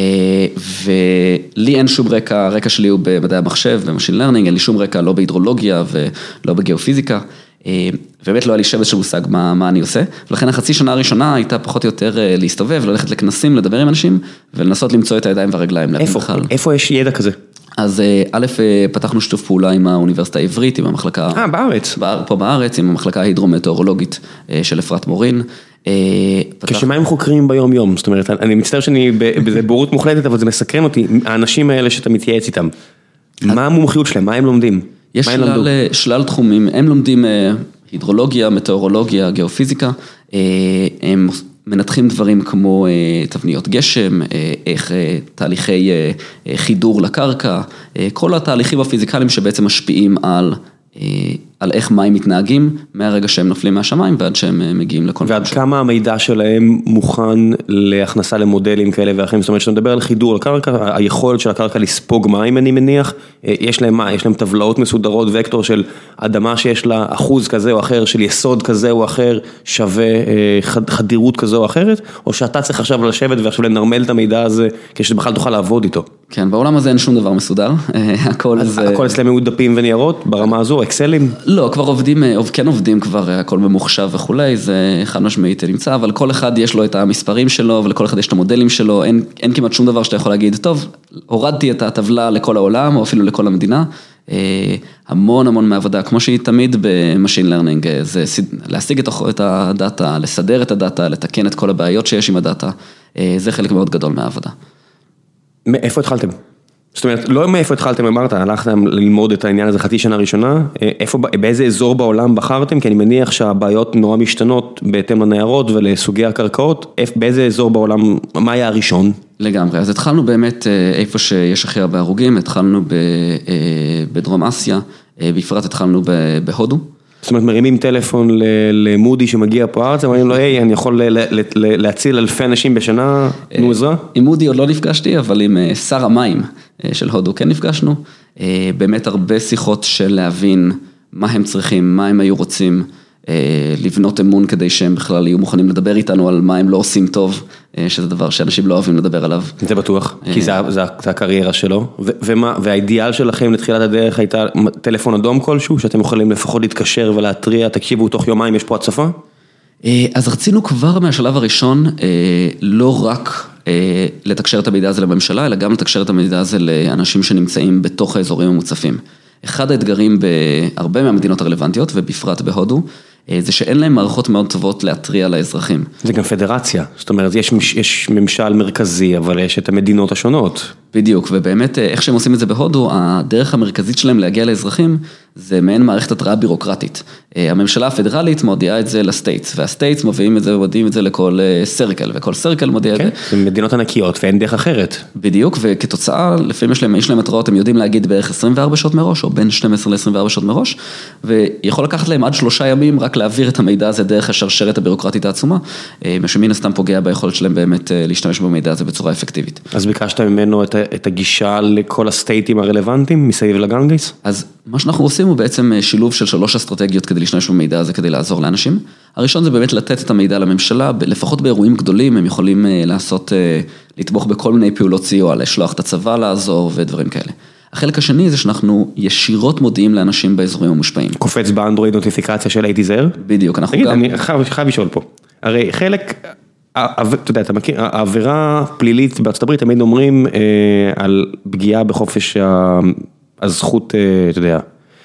ולי אין שום רקע שלי הוא במדעי המחשב, במשין לרנינג, אין לי שום רקע לא בהידרולוגיה ולא בגיאופיזיקה, באמת לא היה לי שבט של מושג מה אני עושה, ולכן החצי שנה הראשונה הייתה פחות או יותר להסתובב, ללכת לכנסים, לדבר עם אנשים, ולנסות למצוא את הידיים והרגליים. איפה יש ידע כזה? אז א', פתחנו שיתוף פעולה עם האוניברסיטה העברית, עם המחלקה... בארץ? פה בארץ, עם המחלקה ההידרומטאורולוגית של אפרת מורין. כשמה הם חוקרים ביום יום? זאת אומרת, אני מצטער שאני בזה בורות מוחלטת, אבל זה מסקרן אותי, האנשים האלה שאתה מתייעץ איתם, מה המומחיות שלהם? מה הם לומדים? יש שלל תחומים, הם לומדים הידרולוגיה, מטאורולוגיה, גיאופיזיקה, הם מנתחים דברים כמו תבניות גשם, איך תהליכי חידור לקרקע, כל התהליכים הפיזיקליים שבעצם משפיעים על איך מים מתנהגים מהרגע שהם נופלים מהשמיים ועד שהם מגיעים לכל... ועד כמה המידע שלהם מוכן להכנסה למודלים כאלה ואחרים, זאת אומרת שאתה מדבר על חידור לקרקע, היכולת של הקרקע לספוג מים אני מניח, יש להם מה? יש להם טבלאות מסודרות, וקטור של אדמה שיש לה אחוז כזה או אחר, של יסוד כזה או אחר, שווה חדירות כזו או אחרת, או שאתה צריך עכשיו לשבת ועכשיו לנרמל את המידע הזה, כשבכלל תוכל לעבוד איתו. כן, בעולם הזה אין שום דבר מסודר, הכל אצלם היו דפים וניירות ברמה הזו, אקסלים? לא, כבר כן עובדים כבר, הכל ממוחשב וכולי, זה חד משמעית נמצא, אבל כל אחד יש לו את המספרים שלו, ולכל אחד יש את המודלים שלו, אין כמעט שום דבר שאתה יכול להגיד, טוב, הורדתי את הטבלה לכל העולם, או אפילו לכל המדינה, המון מהעבודה, כמו שהיא תמיד במשין לרנינג, זה להשיג את הדאטה, לסדר את הדאטה, לתקן את כל הבעיות שיש עם הדאטה, זה חלק מאוד גדול מהעבודה. מאיפה התחלתם? זאת אומרת, לא מאיפה התחלתם, אמרת, הלכתם ללמוד את העניין הזה חצי שנה ראשונה, באיזה אזור בעולם בחרתם? כי אני מניח שהבעיות נורא משתנות בהתאם לנערות ולסוגי הקרקעות, באיזה אזור בעולם, מה היה הראשון? לגמרי, אז התחלנו באמת איפה שיש הכי הרבה הרוגים, התחלנו בדרום אסיה, בפרט התחלנו בהודו. זאת אומרת, מרימים טלפון למודי שמגיע פה ארץ, אומרים לו, היי, אני יכול להציל אלפי אנשים בשנה, נו עזרה? עם מודי עוד לא נפגשתי, אבל עם שר המים של הודו כן נפגשנו. באמת הרבה שיחות של להבין מה הם צריכים, מה הם היו רוצים, לבנות אמון כדי שהם בכלל יהיו מוכנים לדבר איתנו על מה הם לא עושים טוב, שזה דבר שאנשים לא אוהבים לדבר עליו. זה בטוח, כי זה הקריירה שלו. והאידיאל שלכם לתחילת הדרך הייתה טלפון אדום כלשהו, שאתם יכולים לפחות להתקשר ולהטריע, תקשיבו תוך יומיים יש פה הצפה? אז רצינו כבר מהשלב הראשון לא רק לתקשר את המידע הזה לממשלה, אלא גם לתקשר את המידע הזה לאנשים שנמצאים בתוך האזורים המוצפים. אחד האתגרים בהרבה מהמדינות הרלוונטיות, ובפרט בהודו, זה שאין להם מערכות מאוד טובות להטריע לאזרחים. זה גם פדרציה, זאת אומרת, יש ממשל מרכזי, אבל יש את המדינות השונות. בדיוק, ובאמת איך שהם עושים את זה בהודו, הדרך המרכזית שלהם להגיע לאזרחים, זה מעין מערכת התראה בירוקרטית. הממשלה הפדרלית מודיעה את זה לסטייטס, והסטייטס מודיעים את זה לכל סרקל, וכל סרקל מודיע את זה. זה מדינות ענקיות, ואין דרך אחרת. בדיוק, וכתוצאה, לפעמים יש להם התראות, הם יודעים להגיד בערך 24 שעות מראש, או בין 12 ל-24 שעות מראש, ויכול לקחת להם עד 3 ימים רק להעביר את המידע הזה דרך השרשרת הבירוקרטית העצומה, שמן הסתם פוגע ביכולת שלהם באמת להשתמש במידע הזה בצורה אפקטיבית. אז ביקשת ממנו את הגישה לכל הסטייטים הרלוונטיים מסביב לגנגס? אז מה שאנחנו עושים הוא בעצם שילוב של 3 אסטרטגיות כדי להשתמש במידע הזה, כדי לעזור לאנשים. הראשון זה באמת לתת את המידע לממשלה, לפחות באירועים גדולים הם יכולים לתמוך בכל מיני פעולות סיוע, לשלוח את הצבא לעזור ודברים כאלה. החלק השני זה שאנחנו ישירות מודיעים לאנשים באזורים המושפעים. קופץ באנדרואיד נוטיפיקציה של היי תיזהר? בדיוק, אנחנו גם... תגיד, אני חייב לשאול פה. הרי חלק, אתה יודע, אתה מכיר, העבירה פלילית בארצות הברית, תמיד אומרים על פגיעה בחופש הזכות, אתה יודע.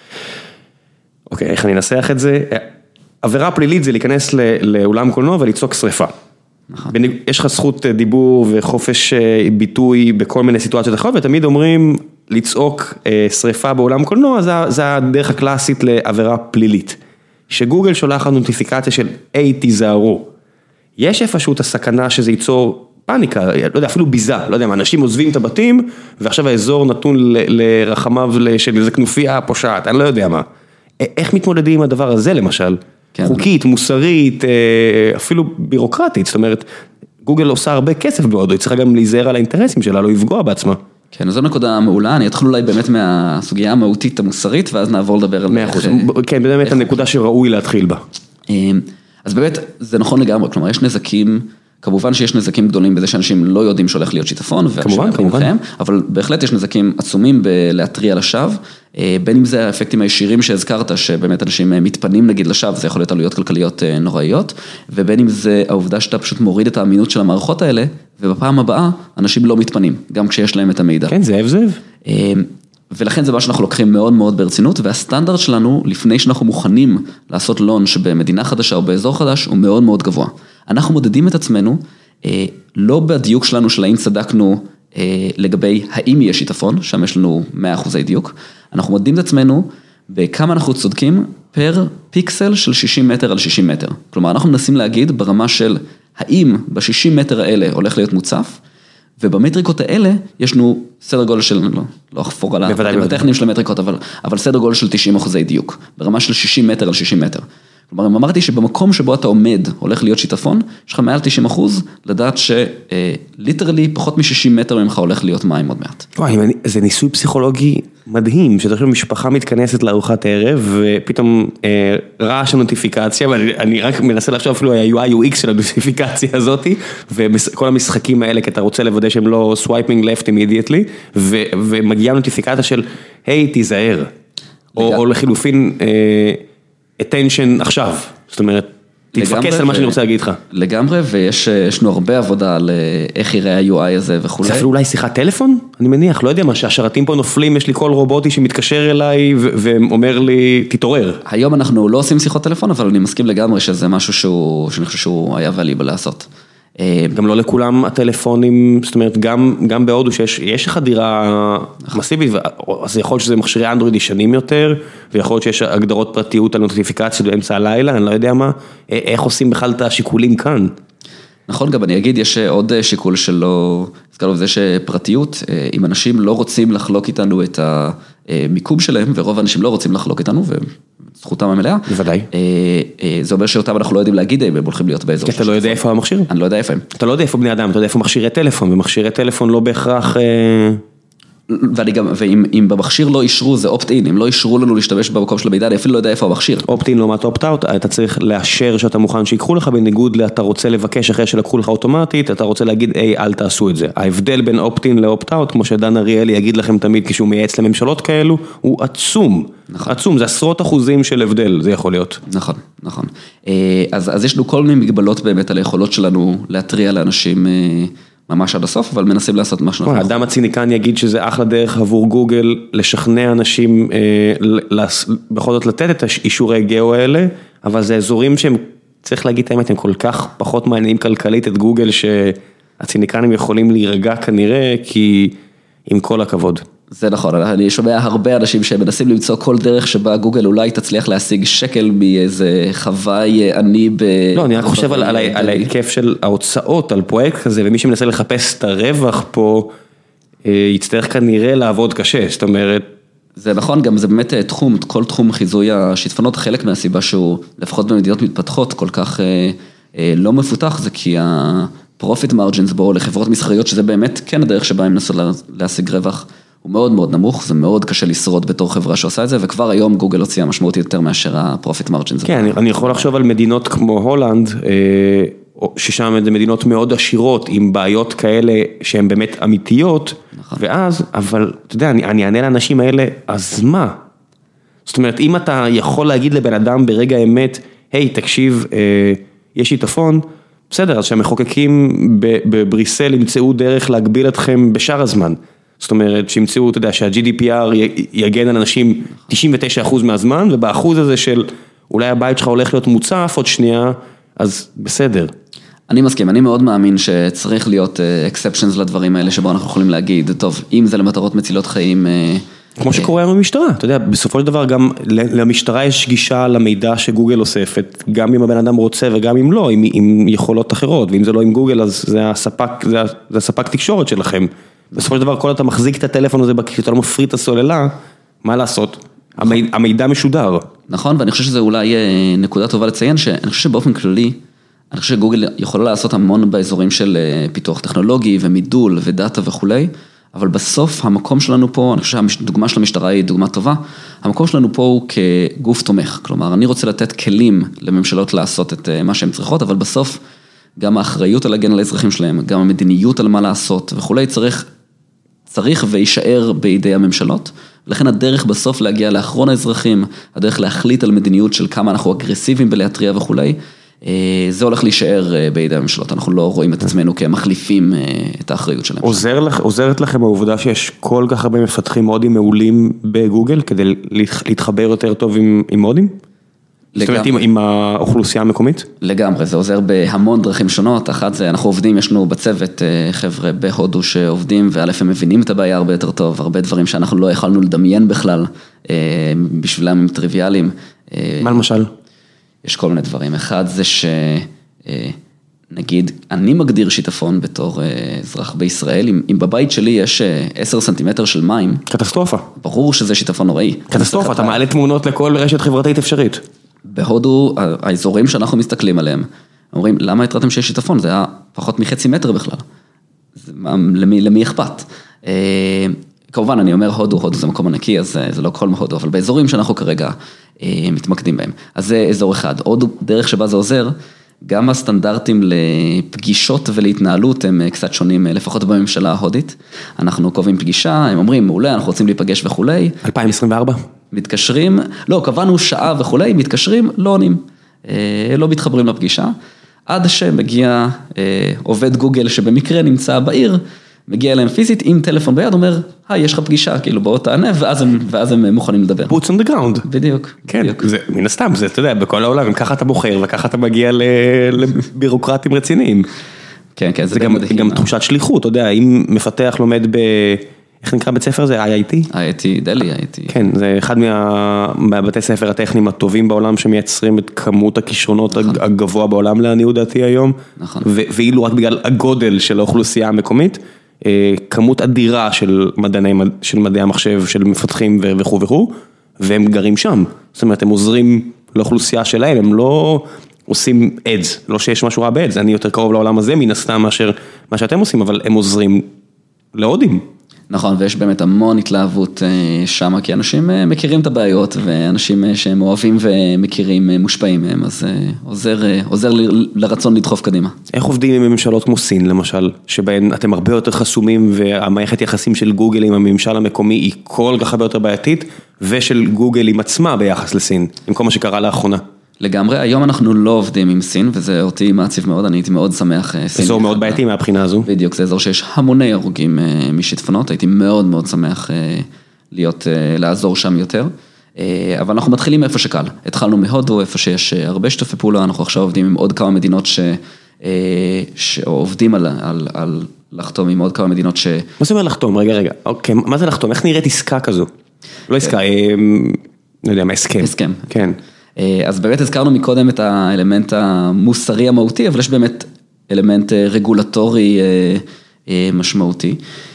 אוקיי, איך אני אנסח את זה? עבירה פלילית זה להיכנס לאולם קולנוע וליצוק שריפה. נכון. יש לך זכות דיבור וחופש ביטוי בכל מיני סיטואציות אחרות, ותמיד אומרים לצעוק שריפה באולם קולנוע, זה הדרך הקלאסית לעבירה פלילית. שגוגל שולח נוטיפיקציה של היי תיזהרו. יש איפשהו את הסכנה שזה ייצור פאניקה, לא יודע, אפילו ביזה, לא יודע, אנשים עוזבים את הבתים, ועכשיו האזור נתון לרחמיו של איזה כנופיה פושעת, אני לא יודע מה. איך מתמודדים עם הדבר הזה למשל? כן. חוקית, מוסרית, אפילו בירוקרטית, זאת אומרת, גוגל עושה הרבה כסף בהודו, היא צריכה גם להיזהר על האינטרסים שלה, לא לפגוע בעצמה. כן, אז זו נקודה מעולה, אני אתחיל אולי באמת מהסוגיה המהותית המוסרית, ואז נעבור לדבר על... 100%, כן, באמת הנקודה שראוי להתחיל בה. אז באמת, זה נכון לגמרי, כלומר, יש נזקים, כמובן שיש נזקים גדולים בזה שאנשים לא יודעים שהולך להיות שיטפון, כמובן. אבל בהחלט יש נזקים עצומים בלהטריע לשווא, בין אם זה האפקטים הישירים שהזכרת, שבאמת אנשים מתפנים נגיד לשווא, זה יכול להיות עלויות כלכליות נוראיות, ובין אם זה העובדה שאתה פשוט מוריד את האמינות של המערכות האלה, ובפעם הבאה אנשים לא מתפנים, גם כשיש להם את המידע. כן, זאב. ולכן זה מה שאנחנו לוקחים מאוד מאוד ברצינות, והסטנדרט שלנו, לפני שאנחנו מוכנים לעשות לונץ' במדינה חדשה או באזור חדש, הוא מאוד מאוד גבוה. אנחנו מודדים את עצמנו, לא בדיוק שלנו של האם צדקנו לגבי האם יש שיטפון, שם יש לנו 100% דיוק, אנחנו מודדים את עצמנו בכמה אנחנו צודקים פר פיקסל של 60 מטר על 60 מטר. כלומר, אנחנו מנסים להגיד ברמה של האם ב-60 מטר האלה הולך להיות מוצף, ובמטריקות האלה יש לנו סדר גודל של, לא אחפור על הטכנים של המטריקות, אבל סדר גודל של 90% דיוק, ברמה של 60 מטר על 60 מטר. כלומר, אם אמרתי שבמקום שבו אתה עומד הולך להיות שיטפון, יש לך מעל 90% לדעת שליטרלי פחות מ-60 מטר ממך הולך להיות מים עוד מעט. וואי, זה ניסוי פסיכולוגי מדהים, שאתה חושב משפחה מתכנסת לארוחת ערב, ופתאום רעש הנוטיפיקציה, ואני רק מנסה לחשוב אפילו ה-UI UX של הנוטיפיקציה הזאת, וכל המשחקים האלה, כי אתה רוצה לוודא שהם לא swiping left immediately, ומגיעה נוטיפיקציה של, היי, תיזהר, או לחילופין, attention עכשיו, זאת אומרת, תתפקס על מה שאני רוצה להגיד לך. לגמרי, ויש לנו הרבה עבודה על איך יראה ה-UI הזה וכו'. זה אפילו אולי שיחת טלפון? אני מניח, לא יודע מה, שהשרתים פה נופלים, יש לי קול רובוטי שמתקשר אליי ואומר לי, תתעורר. היום אנחנו לא עושים שיחות טלפון, אבל אני מסכים לגמרי שזה משהו שאני חושב שהוא היה valuable לעשות. גם לא לכולם הטלפונים, זאת אומרת, גם בהודו שיש חדירה מסיבית, אז יכול להיות שזה מכשירי אנדרואיד ישנים יותר, ויכול להיות שיש הגדרות פרטיות על נוטיפיקציות באמצע הלילה, אני לא יודע מה, איך עושים בכלל את השיקולים כאן? נכון, גם אני אגיד, יש עוד שיקול שלא, הזכרנו בזה שפרטיות, אם אנשים לא רוצים לחלוק איתנו את המיקום שלהם, ורוב האנשים לא רוצים לחלוק איתנו, וזכותם המלאה. בוודאי. זה אומר שאותם אנחנו לא יודעים להגיד, הם הולכים להיות באזור. כי אתה לא יודע איפה המכשיר? אני לא יודע איפה הם. אתה לא יודע איפה בני אדם, אתה יודע איפה מכשירי טלפון, ומכשירי טלפון לא בהכרח... ואם במכשיר לא אישרו, זה אופט-אין, אם לא אישרו לנו להשתמש במקום של המידע, אני אפילו לא יודע איפה המכשיר. אופט-אין לעומת אופט-אאוט, אתה צריך לאשר שאתה מוכן שיקחו לך, בניגוד אתה רוצה לבקש אחרי שלקחו לך אוטומטית, אתה רוצה להגיד, אל תעשו את זה. ההבדל בין אופט-אין לאופט-אאוט, כמו שדן אריאלי יגיד לכם תמיד, כשהוא מייעץ לממשלות כאלו, הוא עצום. עצום, זה עשרות אחוזים של הבדל, זה יכול להיות. נכון, נכון. אז יש לנו כל מיני מגבלות באמת על היכולות שלנו להטריע לאנשים ממש עד הסוף, אבל מנסים לעשות משהו. האדם הציניקן יגיד שזה אחלה דרך עבור גוגל לשכנע אנשים בכל זאת לתת את האישורי גאו האלה, אבל זה אזורים שהם, צריך להגיד את האמת, הם כל כך פחות מעניינים כלכלית את גוגל, שהציניקנים יכולים להירגע כנראה, כי עם כל הכבוד. זה נכון, אני שומע הרבה אנשים שמנסים למצוא כל דרך שבה גוגל אולי תצליח להשיג שקל מאיזה חוואי עני לא, אני רק חושב על ההיקף של ההוצאות על פרויקט כזה, ומי שמנסה לחפש את הרווח פה, יצטרך כנראה לעבוד קשה, זאת אומרת... זה נכון, גם זה באמת תחום, כל תחום חיזוי השיטפונות, חלק מהסיבה שהוא, לפחות במדינות מתפתחות, כל כך לא מפותח, זה כי ה-profit margins בו לחברות מסחריות, שזה באמת כן הדרך שבה הם נסו להשיג רווח, הוא מאוד מאוד נמוך, זה מאוד קשה לשרוד בתור חברה שעושה את זה, וכבר היום גוגל הוציאה משמעותית יותר מאשר ה-profit margins. כן, אני יכול לחשוב על מדינות כמו הולנד, ששם זה מדינות מאוד עשירות, עם בעיות כאלה שהן באמת אמיתיות, ואז, אבל אתה יודע, אני אענה לאנשים האלה, אז מה? זאת אומרת, אם אתה יכול להגיד לבן אדם ברגע האמת, היי, תקשיב, יש שיטפון, בסדר, אז שהמחוקקים בבריסל ימצאו דרך להגביל אתכם בשאר הזמן. זאת אומרת, שימצאו, אתה יודע, שה-GDPR יגן על אנשים 99% מהזמן, ובאחוז הזה של אולי הבית שלך הולך להיות מוצף עוד שנייה, אז בסדר. אני מסכים, אני מאוד מאמין שצריך להיות exceptions לדברים האלה, שבו אנחנו יכולים להגיד, טוב, אם זה למטרות מצילות חיים... כמו שקורה עם המשטרה, אתה יודע, בסופו של דבר גם למשטרה יש גישה למידע שגוגל אוספת, גם אם הבן אדם רוצה וגם אם לא, עם יכולות אחרות, ואם זה לא עם גוגל, אז זה הספק תקשורת שלכם. בסופו של דבר, כל אתה מחזיק את הטלפון הזה, כשאתה לא מפריט את הסוללה, מה לעשות? המידע משודר. נכון, ואני חושב שזה אולי נקודה טובה לציין, שאני חושב שבאופן כללי, אני חושב שגוגל יכולה לעשות המון באזורים של פיתוח טכנולוגי ומידול ודאטה וכולי, אבל בסוף המקום שלנו פה, אני חושב שהדוגמה של המשטרה היא דוגמה טובה, המקום שלנו פה הוא כגוף תומך, כלומר, אני רוצה לתת כלים לממשלות לעשות את מה שהן צריכות, אבל בסוף גם האחריות על הגן על האזרחים שלהם, גם המדיניות על מה לעשות וכולי, צריך וישאר בידי הממשלות, ולכן הדרך בסוף להגיע לאחרון האזרחים, הדרך להחליט על מדיניות של כמה אנחנו אגרסיביים בלהטריע וכולי, זה הולך להישאר בידי הממשלות, אנחנו לא רואים את עצמנו כמחליפים את האחריות שלהם. עוזרת לכם העובדה שיש כל כך הרבה מפתחים מודים מעולים בגוגל, כדי להתחבר יותר טוב עם מודים? זאת אומרת, עם האוכלוסייה המקומית? לגמרי, זה עוזר בהמון דרכים שונות, אחת זה, אנחנו עובדים, יש לנו בצוות חבר'ה בהודו שעובדים, וא' הם מבינים את הבעיה הרבה יותר טוב, הרבה דברים שאנחנו לא יכולנו לדמיין בכלל, בשבילם הם טריוויאליים. מה למשל? יש כל מיני דברים, אחד זה שנגיד, אני מגדיר שיטפון בתור אזרח בישראל, אם בבית שלי יש 10 סנטימטר של מים, קטסטרופה. ברור שזה שיטפון נוראי. קטסטרופה, אתה מעלה תמונות לכל רשת חברתית אפשרית. בהודו, האזורים שאנחנו מסתכלים עליהם, אומרים, למה התראתם שיש שיטפון? זה היה פחות מחצי מטר בכלל. למי אכפת? כמובן, אני אומר הודו זה מקום ענקי, אז זה לא כל הודו, אבל באזורים שאנחנו כרגע מתמקדים בהם. אז זה אזור אחד. עוד דרך שבה זה עוזר, גם הסטנדרטים לפגישות ולהתנהלות הם קצת שונים, לפחות בממשלה ההודית. אנחנו קובעים פגישה, הם אומרים, מעולה, אנחנו רוצים להיפגש וכולי. 2024? מתקשרים, לא, קבענו שעה וכולי, מתקשרים, לא עונים, לא מתחברים לפגישה, עד שמגיע עובד גוגל שבמקרה נמצא בעיר, מגיע אליהם פיזית עם טלפון ביד, אומר, יש לך פגישה, כאילו בוא תענה, ואז הם מוכנים לדבר. Boots on the ground. בדיוק. כן, מן הסתם, זה, אתה יודע, בכל העולם, ככה אתה בוחר, וככה אתה מגיע לבירוקרטים רציניים. כן, כן, זה גם תחושת שליחות, אתה יודע, אם מפתח לומד איך נקרא בית ספר זה? IIT? IIT, דלי IIT. כן, זה אחד מהבתי ספר הטכניים הטובים בעולם שמייצרים את כמות הכישרונות הגבוה בעולם לעניות דעתי היום. נכון. ואילו רק בגלל הגודל של האוכלוסייה המקומית, כמות אדירה של מדעי המחשב, של מפתחים וכו' וכו', והם גרים שם. זאת אומרת, הם עוזרים לאוכלוסייה שלהם, הם לא עושים אדס, לא שיש משהו רע באדס, אני יותר קרוב לעולם הזה מן הסתם מאשר מה שאתם עושים, אבל הם עוזרים להודים. נכון, ויש באמת המון התלהבות שם, כי אנשים מכירים את הבעיות, ואנשים שהם אוהבים ומכירים מושפעים מהם, אז עוזר לרצון לדחוף קדימה. איך עובדים עם ממשלות כמו סין, למשל, שבהן אתם הרבה יותר חסומים, והמערכת יחסים של גוגל עם הממשל המקומי היא כל כך הרבה יותר בעייתית, ושל גוגל עם עצמה ביחס לסין, עם כל מה שקרה לאחרונה. לגמרי, היום אנחנו לא עובדים עם סין, וזה אותי מעציב מאוד, אני הייתי מאוד שמח. אזור מאוד בעייתי מהבחינה הזו. בדיוק, זה אזור שיש המוני הרוגים משיטפונות, הייתי מאוד מאוד שמח לעזור שם יותר, אבל אנחנו מתחילים איפה שקל, התחלנו מהודו, איפה שיש הרבה שיתופי פעולה, אנחנו עכשיו עובדים עם עוד כמה מדינות שעובדים על לחתום עם עוד כמה מדינות מה זה אומר לחתום? רגע, אוקיי, מה זה לחתום? איך נראית עסקה כזו? לא עסקה, לא יודע, מה הסכם? הסכם. כן. אז באמת הזכרנו מקודם את האלמנט המוסרי המהותי, אבל יש באמת אלמנט רגולטורי משמעותי.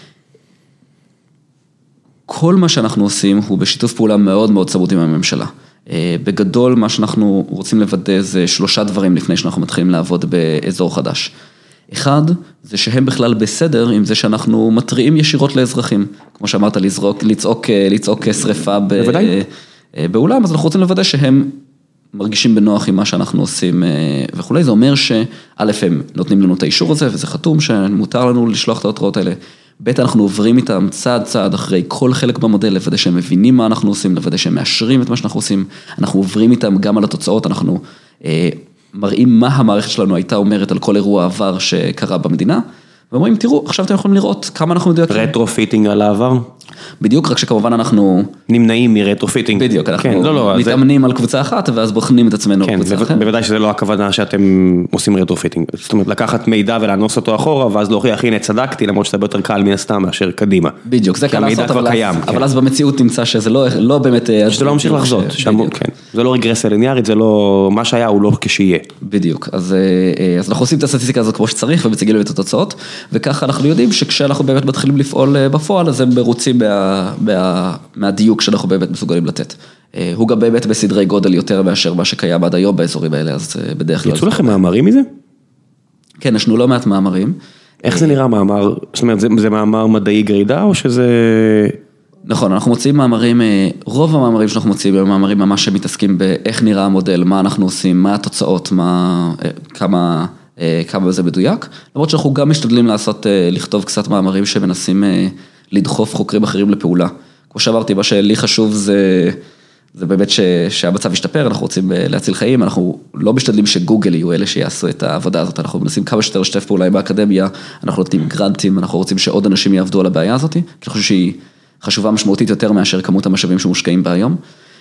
כל מה שאנחנו עושים הוא בשיתוף פעולה מאוד מאוד צמוד עם הממשלה. בגדול מה שאנחנו רוצים לוודא זה 3 דברים לפני שאנחנו מתחילים לעבוד באזור חדש. אחד, זה שהם בכלל בסדר עם זה שאנחנו מטריעים ישירות לאזרחים. כמו שאמרת, לצעוק שריפה באולם, אז אנחנו רוצים לוודא שהם מרגישים בנוח עם מה שאנחנו עושים וכולי. זה אומר שא' הם נותנים לנו את האישור הזה, וזה חתום שמותר לנו לשלוח את ההתראות האלה. ב' אנחנו עוברים איתם צעד אחרי כל חלק במודל, לוודא שהם מבינים מה אנחנו עושים, לוודא שהם מאשרים את מה שאנחנו עושים. אנחנו עוברים איתם גם על התוצאות, אנחנו מראים מה המערכת שלנו הייתה אומרת על כל אירוע עבר שקרה במדינה, ואומרים, תראו, עכשיו אתם יכולים לראות כמה אנחנו מדויקים. רטרופיטינג על העבר? בדיוק, רק שכמובן אנחנו נמנעים מרטרופיטינג. בדיוק, אנחנו מתאמנים על קבוצה אחת, ואז בוחנים את עצמנו בקבוצה אחרת. בוודאי שזה לא הכוונה שאתם עושים רטרופיטינג. זאת אומרת, לקחת מידע ולאנוס אותו אחורה, ואז להוכיח, הנה, צדקתי, למרות שזה יותר קל מן הסתם מאשר קדימה. בדיוק, זה קל לעשות, אבל אז במציאות נמצא שזה לא באמת... שזה לא ממשיך לחזות. זה לא רגרסיה ליניארית, זה לא... מה שהיה הוא לא כשיהיה. בדיוק, אז אנחנו עושים את הסטטיסטיקה הזאת כמו שצריך, ומציגים את התוצאות, וככה אנחנו יודעים שכשאנחנו באמת מתחילים לפעול בפועל, אז הם מרוצים מהדיוק שאנחנו באמת מסוגלים לתת. הוא גם באמת בסדרי גודל יותר מאשר מה שקיים עד היום באזורים האלה, אז בדרך כלל... יצאו לכם מאמרים מזה? כן, ישנו לא מעט מאמרים. איך זה נראה מאמר? זאת אומרת, זה מאמר מדעי גרידה או שזה... נכון, אנחנו מוציאים מאמרים, רוב המאמרים שאנחנו מוציאים הם מאמרים ממש שמתעסקים באיך נראה המודל, מה אנחנו עושים, מה התוצאות, כמה זה מדויק. למרות שאנחנו גם משתדלים לכתוב קצת מאמרים שמנסים לדחוף חוקרים אחרים לפעולה. כמו שאמרתי, מה שלי חשוב זה באמת שהמצב ישתפר, אנחנו רוצים להציל חיים, אנחנו לא משתדלים שגוגל יהיו אלה שיעשו את העבודה הזאת, אנחנו מנסים כמה שיותר לשתף פעולה עם האקדמיה, אנחנו נותנים גרנטים, אנחנו רוצים שעוד אנשים יעבדו על הבעיה הזאת, כי אני חושב שהיא חשובה משמעותית יותר מאשר כמות המשאבים שמושקעים בה היום.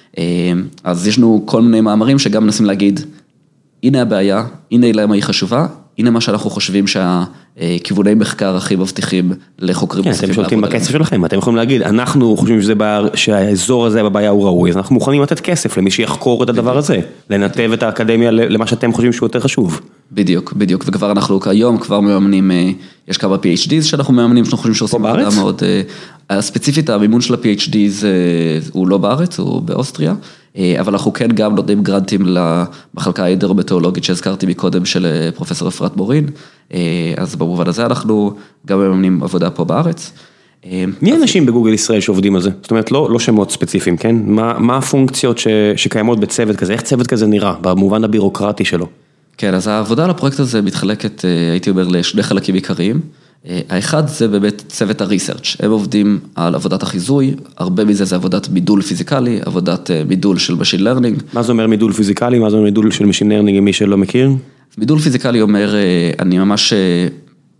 אז יש לנו כל מיני מאמרים שגם מנסים להגיד, הנה הבעיה, הנה למה היא חשובה, הנה מה שאנחנו חושבים שהכיווני מחקר הכי מבטיחים לחוקרים. כן, אתם שולטים בכסף שלכם, אתם יכולים להגיד, אנחנו חושבים שהאזור הזה בבעיה הוא ראוי, אז אנחנו מוכנים לתת כסף למי שיחקור את הדבר הזה, לנתב את האקדמיה למה שאתם חושבים שהוא יותר חשוב. בדיוק, וכבר אנחנו כיום כבר מממנים, יש כמה PhDs שאנחנו מממנים, שאנחנו חושבים שעושים עבודה מאוד, ספציפית המימון של ה-PhDs הוא לא בארץ, הוא באוסטריה, אבל אנחנו כן גם נותנים גרנטים למחלקה ההידרומטאולוגית שהזכרתי מקודם של פרופסור אפרת מורין, אז במובן הזה אנחנו גם מממנים עבודה פה בארץ. מי האנשים בגוגל ישראל שעובדים על זה? זאת אומרת, לא שמות ספציפיים, כן? מה הפונקציות שקיימות בצוות כזה? איך צוות כזה נראה, במובן הבירוקרטי שלו? כן, אז העבודה על הפרויקט הזה מתחלקת, הייתי אומר, לשני חלקים עיקריים. האחד זה באמת צוות הריסרצ', הם עובדים על עבודת החיזוי, הרבה מזה זה עבודת מידול פיזיקלי, עבודת מידול של Machine Learning. מה זה אומר מידול פיזיקלי? מה זה אומר מידול של Machine Learning, מי שלא מכיר? מידול פיזיקלי אומר, אני ממש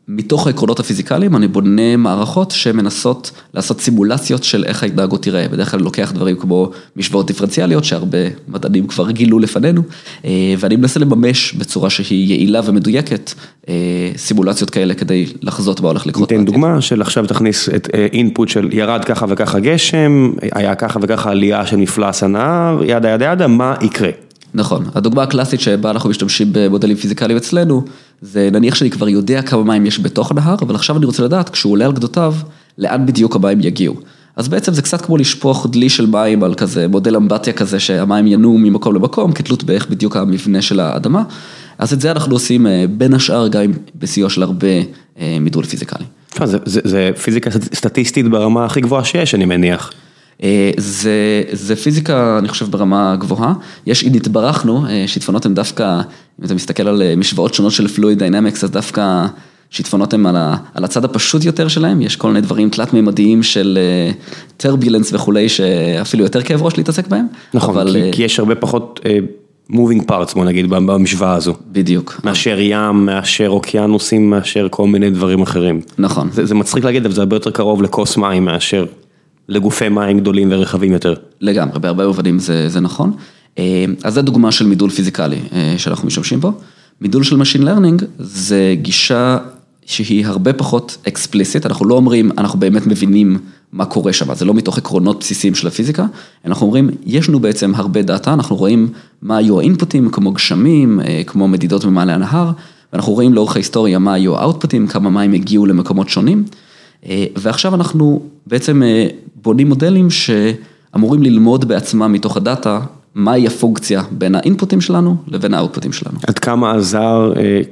מתוך העקרונות הפיזיקליים, אני בונה מערכות שמנסות לעשות סימולציות של איך ההתנהגות תיראה. בדרך כלל לוקח דברים כמו משוואות דיפרנציאליות, שהרבה מדענים כבר גילו לפנינו, ואני מנסה לממש בצורה שהיא יעילה ומדויקת, סימולציות כאלה כדי לחזות מה הולך לקרות. ניתן דוגמה של עכשיו תכניס את אינפוט של ירד ככה וככה גשם, היה ככה וככה עלייה של מפלס הנהר, ידה ידה ידה, מה יקרה? נכון, הדוגמה הקלאסית שבה אנחנו משתמשים במודלים פיזיקליים אצלנו, זה נניח שאני כבר יודע כמה מים יש בתוך הנהר, אבל עכשיו אני רוצה לדעת, כשהוא עולה על גדותיו, לאן בדיוק המים יגיעו. אז בעצם זה קצת כמו לשפוך דלי של מים על כזה מודל אמבטיה כזה, שהמים ינועו ממקום למקום, כתלות באיך בדיוק המבנה של האדמה. אז את זה אנחנו עושים בין השאר גם בסיוע של הרבה מידול פיזיקלי. זה פיזיקה סטטיסטית ברמה הכי גבוהה שיש, אני מניח. זה פיזיקה, אני חושב, ברמה גבוהה. אם נתברכנו, שיטפונות הם דווקא, אם אתה מסתכל על משוואות שונות של פלואיד דיינמיקס, אז דווקא שיטפונות הם על הצד הפשוט יותר שלהם, יש כל מיני דברים תלת-ממדיים של טרבילנס וכולי, שאפילו יותר כאב ראש להתעסק בהם. נכון, כי יש הרבה פחות moving parts, בוא נגיד, במשוואה הזו. בדיוק. מאשר ים, מאשר אוקיינוסים, מאשר כל מיני דברים אחרים. נכון. זה מצחיק להגיד, אבל זה הרבה יותר קרוב לכוס מים, מאשר לגופי מים גדולים ורחבים יותר. לגמרי, בהרבה מובנים זה נכון. אז זו דוגמה של מידול פיזיקלי שאנחנו משתמשים בו. מידול של Machine Learning זה גישה שהיא הרבה פחות אקספליסית, אנחנו לא אומרים, אנחנו באמת מבינים מה קורה שם, זה לא מתוך עקרונות בסיסיים של הפיזיקה, אנחנו אומרים, יש לנו בעצם הרבה דאטה, אנחנו רואים מה היו האינפוטים, כמו גשמים, כמו מדידות במעלה הנהר, ואנחנו רואים לאורך ההיסטוריה מה היו האוטפוטים, כמה מים הגיעו למקומות שונים, ועכשיו אנחנו בעצם בונים מודלים שאמורים ללמוד בעצמם מתוך הדאטה, מהי הפונקציה בין האינפוטים שלנו לבין האוטפוטים שלנו. עד כמה עזר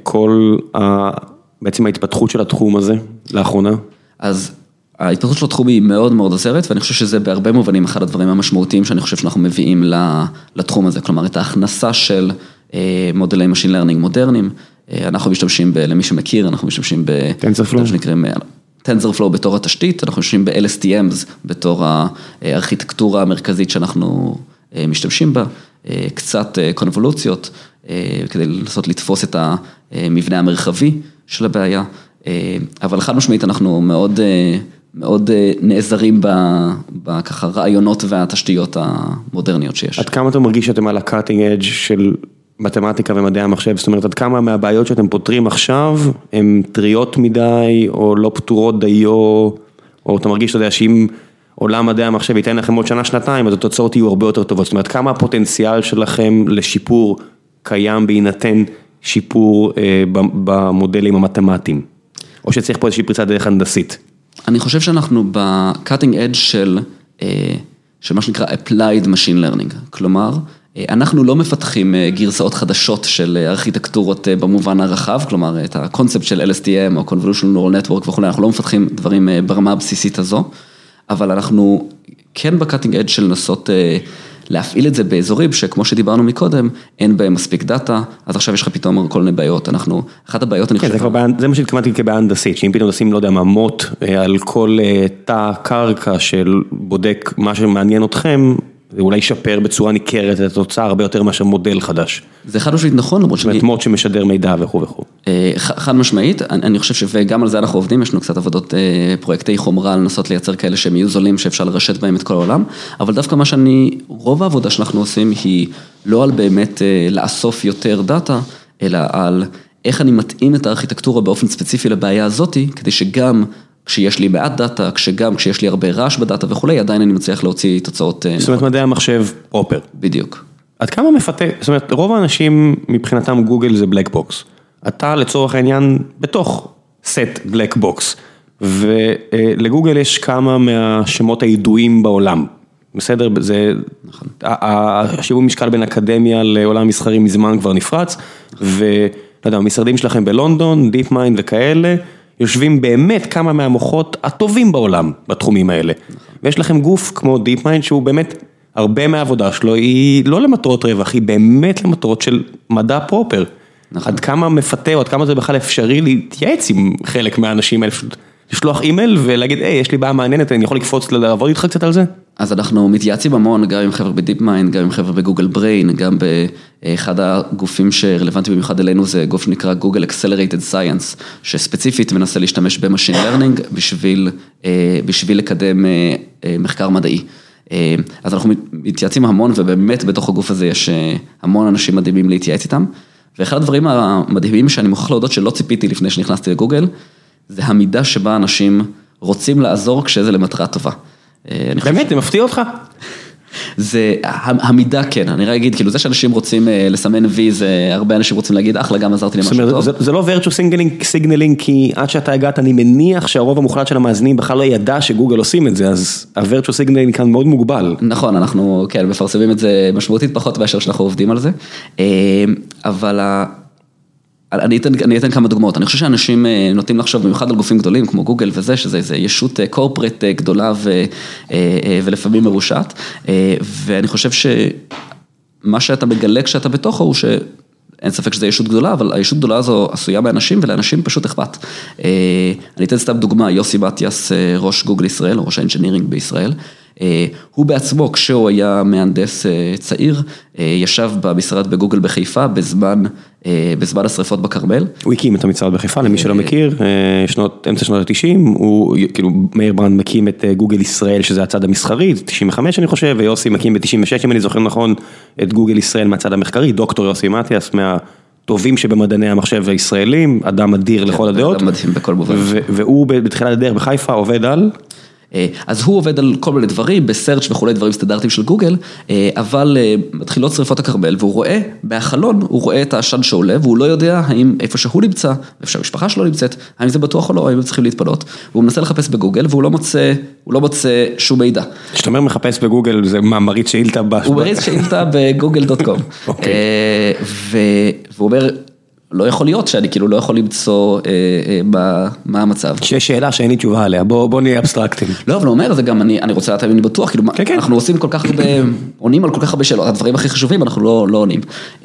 בעצם ההתפתחות של התחום הזה לאחרונה? אז ההתפתחות של התחום היא מאוד מאוד עוזרת, ואני חושב שזה בהרבה מובנים אחד הדברים המשמעותיים שאני חושב שאנחנו מביאים לתחום הזה, כלומר את ההכנסה של מודלי Machine Learning מודרניים, אנחנו משתמשים למי שמכיר, אנחנו משתמשים TensorFlow בתור התשתית, אנחנו משתמשים ב-LSTMs בתור הארכיטקטורה המרכזית שאנחנו משתמשים בה, קצת קונבולוציות, כדי לנסות לתפוס את המבנה המרחבי של הבעיה, אבל חד משמעית אנחנו מאוד, מאוד נעזרים בככה רעיונות והתשתיות המודרניות שיש. עד כמה אתה מרגיש שאתם על ה-cutting edge של מתמטיקה ומדעי המחשב, זאת אומרת, עד כמה מהבעיות שאתם פותרים עכשיו, הן טריות מדי, או לא פתורות דיו, או אתה מרגיש, אתה יודע, שאם עולם מדעי המחשב ייתן לכם עוד שנה, שנתיים, אז התוצאות יהיו הרבה יותר טובות, זאת אומרת, כמה הפוטנציאל שלכם לשיפור קיים בהינתן שיפור במודלים המתמטיים, או שצריך פה איזושהי פריצת דרך הנדסית? אני חושב שאנחנו ב-cutting edge של מה שנקרא applied machine learning, כלומר, אנחנו לא מפתחים גרסאות חדשות של ארכיטקטורות במובן הרחב, כלומר את הקונספט של LSTM או Convolutional Neural Network וכו', אנחנו לא מפתחים דברים ברמה הבסיסית הזו, אבל אנחנו כן בקאטינג אדג' של לנסות להפעיל את זה באזורים שכמו שדיברנו מקודם, אין בהם מספיק דאטה, אז עכשיו יש לך פתאום כל מיני בעיות, אחת הבעיות אני חושב... זה מה שהתכוונתי כבעיה הנדסית, שאם פתאום נשים, לא יודע, מות על כל תא קרקע של בודק מה שמעניין אתכם, זה אולי ישפר בצורה ניכרת את התוצאה הרבה יותר מאשר מודל חדש. זה חד משמעית נכון, למרות שאני... מות שמשדר מידע וכו' וכו'. חד משמעית, אני חושב שגם על זה אנחנו עובדים, יש לנו קצת עבודות פרויקטי חומרה, לנסות לייצר כאלה שהם יהיו זולים, שאפשר לרשת בהם את כל העולם, אבל דווקא מה רוב העבודה שאנחנו עושים היא לא על באמת לאסוף יותר דאטה, אלא על איך אני מתאים את הארכיטקטורה באופן ספציפי לבעיה הזאת, כדי שגם כשיש לי מעט דאטה, כשיש לי הרבה רעש בדאטה וכולי, עדיין אני מצליח להוציא תוצאות... זאת אומרת, מדעי המחשב פרופר. בדיוק. עד כמה מפתה, זאת אומרת, רוב האנשים מבחינתם גוגל זה בלק בוקס. אתה לצורך העניין בתוך סט בלק בוקס, ולגוגל יש כמה מהשמות הידועים בעולם. בסדר? זה... נכון. השיווי משקל בין אקדמיה לעולם מסחרי מזמן כבר נפרץ, ולא יודע, המשרדים שלכם בלונדון, דיפ מיינד וכאלה, יושבים באמת כמה מהמוחות הטובים בעולם בתחומים האלה. ויש לכם גוף כמו דיפ מיינד שהוא באמת, הרבה מהעבודה שלו היא לא למטרות רווח, היא באמת למטרות של מדע פרופר. עד כמה מפתה או עד כמה זה בכלל אפשרי להתייעץ עם חלק מהאנשים האלה, לשלוח אימייל ולהגיד, יש לי בעיה מעניינת, אני יכול לקפוץ לעבוד איתך קצת על זה? אז אנחנו מתייעצים המון, גם עם חבר'ה בדיפ מיינד, גם עם חבר'ה בגוגל בריין, גם אחד הגופים שרלוונטיים במיוחד אלינו זה גוף שנקרא Google Accelerated Science, שספציפית מנסה להשתמש ב-Machine Learning בשביל לקדם מחקר מדעי. אז אנחנו מתייעצים המון, ובאמת בתוך הגוף הזה יש המון אנשים מדהימים להתייעץ איתם, ואחד הדברים המדהימים שאני מוכרח להודות שלא ציפיתי לפני שנכנסתי לגוגל, זה המידה שבה אנשים רוצים לעזור כשזה למטרה טובה. באמת, זה מפתיע אותך? זה, המידה כן, אני רק אגיד, כאילו זה שאנשים רוצים לסמן וי, זה הרבה אנשים רוצים להגיד, אחלה, גם עזרתי למשהו טוב. זה לא virtual signaling, כי עד שאתה הגעת, אני מניח שהרוב המוחלט של המאזינים בכלל לא ידע שגוגל עושים את זה, אז ה-virtual signaling כאן מאוד מוגבל. נכון, אנחנו, כן, מפרסמים את זה משמעותית פחות מאשר שאנחנו עובדים על זה, אבל אני אתן כמה דוגמאות, אני חושב שאנשים נוטים לחשוב במיוחד על גופים גדולים כמו גוגל וזה, שזה ישות קורפרט גדולה ולפעמים מרושעת, ואני חושב שמה שאתה מגלה כשאתה בתוכו הוא שאין ספק שזה ישות גדולה, אבל הישות גדולה הזו עשויה באנשים ולאנשים פשוט אכפת. אני אתן סתם דוגמה, יוסי מתיאס, ראש גוגל ישראל, ראש האנג'ינירינג בישראל, הוא בעצמו, כשהוא היה מהנדס צעיר, ישב במשרד בגוגל בחיפה בזמן השריפות בכרמל. הוא הקים את המשרד בחיפה, למי שלא מכיר, אמצע שנות ה-90, הוא, כאילו, מאיר ברנד מקים את גוגל ישראל, שזה הצד המסחרי, 95 אני חושב, ויוסי מקים ב-96, אם אני זוכר נכון, את גוגל ישראל מהצד המחקרי, דוקטור יוסי מתיאס, טובים שבמדעני המחשב הישראלים, אדם אדיר לכל הדעות. אדם מדהים בכל מובן. והוא בתחילת הדרך בחיפה עובד על... אז הוא עובד על כל מיני דברים, בסרצ' וכולי דברים סטנדרטיים של גוגל, אבל מתחילות שריפות הכרמל, והוא רואה מהחלון, הוא רואה את העשן שעולה, והוא לא יודע האם איפה שהוא נמצא, איפה שהמשפחה שלו נמצאת, האם זה בטוח או לא, האם הם צריכים להתפנות, והוא מנסה לחפש בגוגל, והוא לא מוצא שום מידע. כשאתה אומר מחפש בגוגל, זה מה, מריץ שאילתה? הוא מריץ שאילתה בגוגל.com. והוא אומר... לא יכול להיות שאני כאילו לא יכול למצוא מה המצב. שיש שאלה שאין לי תשובה עליה, בוא נהיה אבסטרקטים. לא, אבל הוא אומר, זה גם אני רוצה לדעת, אני בטוח, כאילו אנחנו עושים כל כך הרבה, עונים על כל כך הרבה שאלות, הדברים הכי חשובים אנחנו לא עונים.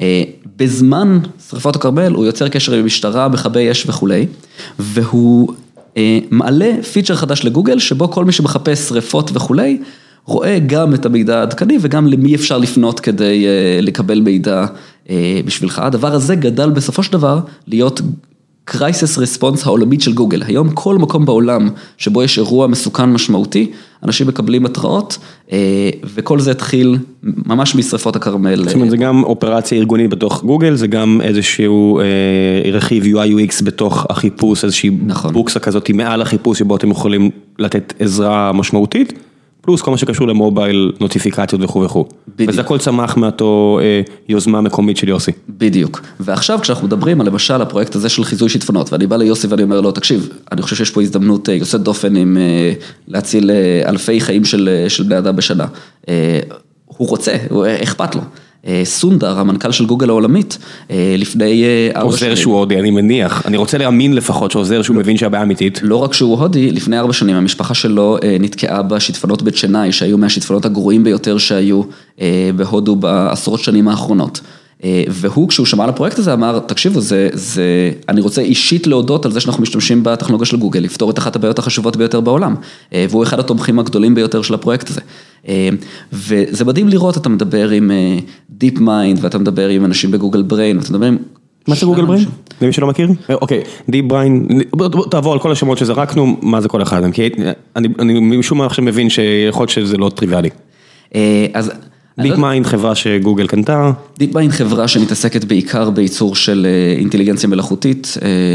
בזמן שריפות הכרמל הוא יוצר קשר עם משטרה, מכבי אש וכולי, והוא מעלה פיצ'ר חדש לגוגל, שבו כל מי שמחפש שריפות וכולי, רואה גם את המידע העדכני וגם למי אפשר לפנות כדי לקבל מידע בשבילך. הדבר הזה גדל בסופו של דבר להיות crisis response העולמית של גוגל. היום כל מקום בעולם שבו יש אירוע מסוכן משמעותי, אנשים מקבלים התראות, וכל זה התחיל ממש משריפות הכרמל. זאת אומרת, זה גם אופרציה ארגונית בתוך גוגל, זה גם איזשהו רכיב UI/UX בתוך החיפוש, איזושהי בוקסה כזאת מעל החיפוש, שבו אתם יכולים לתת עזרה משמעותית. פלוס כל מה שקשור למובייל, נוטיפיקציות וכו' וכו'. וזה הכל צמח מאותו יוזמה מקומית של יוסי. בדיוק. ועכשיו כשאנחנו מדברים על למשל הפרויקט הזה של חיזוי שיטפונות, ואני בא ליוסי ואני אומר לו, תקשיב, אני חושב שיש פה הזדמנות יוצאת דופן עם להציל אלפי חיים של בני אדם בשנה. הוא רוצה, אכפת לו. סונדר, המנכ"ל של גוגל העולמית, לפני 4 שנים. עוזר שהוא הודי, אני מניח. אני רוצה להאמין לפחות שעוזר שהוא מבין שהבעיה אמיתית. לא רק שהוא הודי, לפני 4 שנים המשפחה שלו נתקעה בשיטפונות בצ'נאי, שהיו מהשיטפונות הגרועים ביותר שהיו בהודו בעשרות שנים האחרונות. והוא, כשהוא שמע על הפרויקט הזה, אמר, תקשיבו, אני רוצה אישית להודות על זה שאנחנו משתמשים בטכנולוגיה של גוגל, לפתור את אחת הבעיות החשובות ביותר בעולם, והוא אחד התומכים הגדולים ביותר של הפרויקט הזה. וזה מדהים לראות, אתה מדבר עם Deep Mind, ואתה מדבר עם אנשים בגוגל בריין, ואתה מדבר עם... מה זה גוגל בריין? למי שלא מכיר? אוקיי, Deep Brain, בוא תעבור על כל השמות שזרקנו, מה זה כל אחד, כי אני משום מה עכשיו מבין שיכול להיות שזה לא טריוויאלי. אז... Deep Mind חברה שגוגל קנתה. Deep Mind חברה שמתעסקת בעיקר בייצור של אינטליגנציה מלאכותית,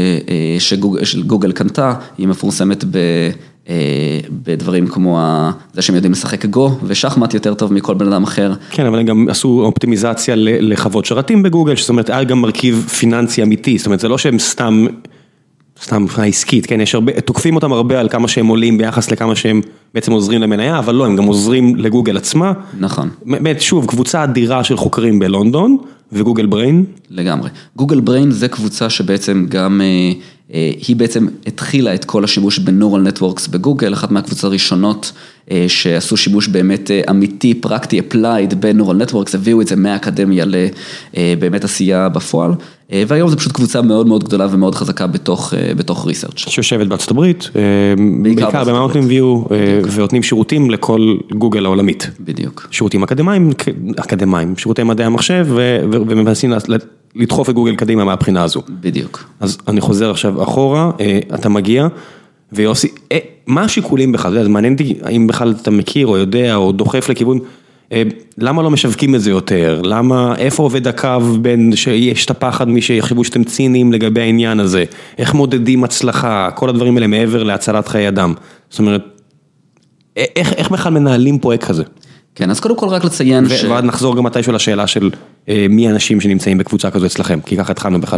שגוגל קנתה, היא מפורסמת בדברים כמו זה שהם יודעים לשחק גו ושחמט יותר טוב מכל בן אדם אחר. כן, אבל הם גם עשו אופטימיזציה לחוות שרתים בגוגל, זאת אומרת, היה גם מרכיב פיננסי אמיתי, זאת אומרת, זה לא שהם סתם עסקית, כן, יש הרבה, תוקפים אותם הרבה על כמה שהם עולים ביחס לכמה שהם בעצם עוזרים למניה, אבל לא, הם גם עוזרים לגוגל עצמה. נכון. באמת, שוב, קבוצה אדירה של חוקרים בלונדון, וגוגל בריין. לגמרי. גוגל בריין זה קבוצה שבעצם גם היא בעצם התחילה את כל השימוש בנורל נטוורקס בגוגל, אחת מהקבוצות הראשונות שעשו שימוש באמת אמיתי, פרקטי, applied בנורל נטוורקס, הביאו את זה מהאקדמיה לבאמת עשייה בפועל, והיום זו פשוט קבוצה מאוד מאוד גדולה ומאוד חזקה בתוך ריסרצ'. שיושבת בארצות הברית, בעיקר במאונטין ויו, ונותנים שירותים לכל גוגל העולמית. בדיוק. שירותים אקדמיים, שירותי מדעי המחשב, ומנסים לדחוף את גוגל קדימה מהבחינה הזו. בדיוק. אז אני חוזר עכשיו אחורה, אתה מגיע, ויוסי, מה השיקולים בכלל? זה מעניין אותי, האם בכלל אתה מכיר או יודע או דוחף לכיוון, למה לא משווקים את זה יותר? למה, איפה עובד הקו בין שיש את הפחד מי שיחשבו שאתם ציניים לגבי העניין הזה? איך מודדים הצלחה? כל הדברים האלה מעבר להצלת חיי אדם. זאת אומרת, איך בכלל מנהלים פרויקט כזה? כן, אז קודם כל רק לציין ועד נחזור גם מתישהו לשאלה של מי האנשים שנמצאים בקבוצה כזו אצלכם, כי ככה התחלנו בכלל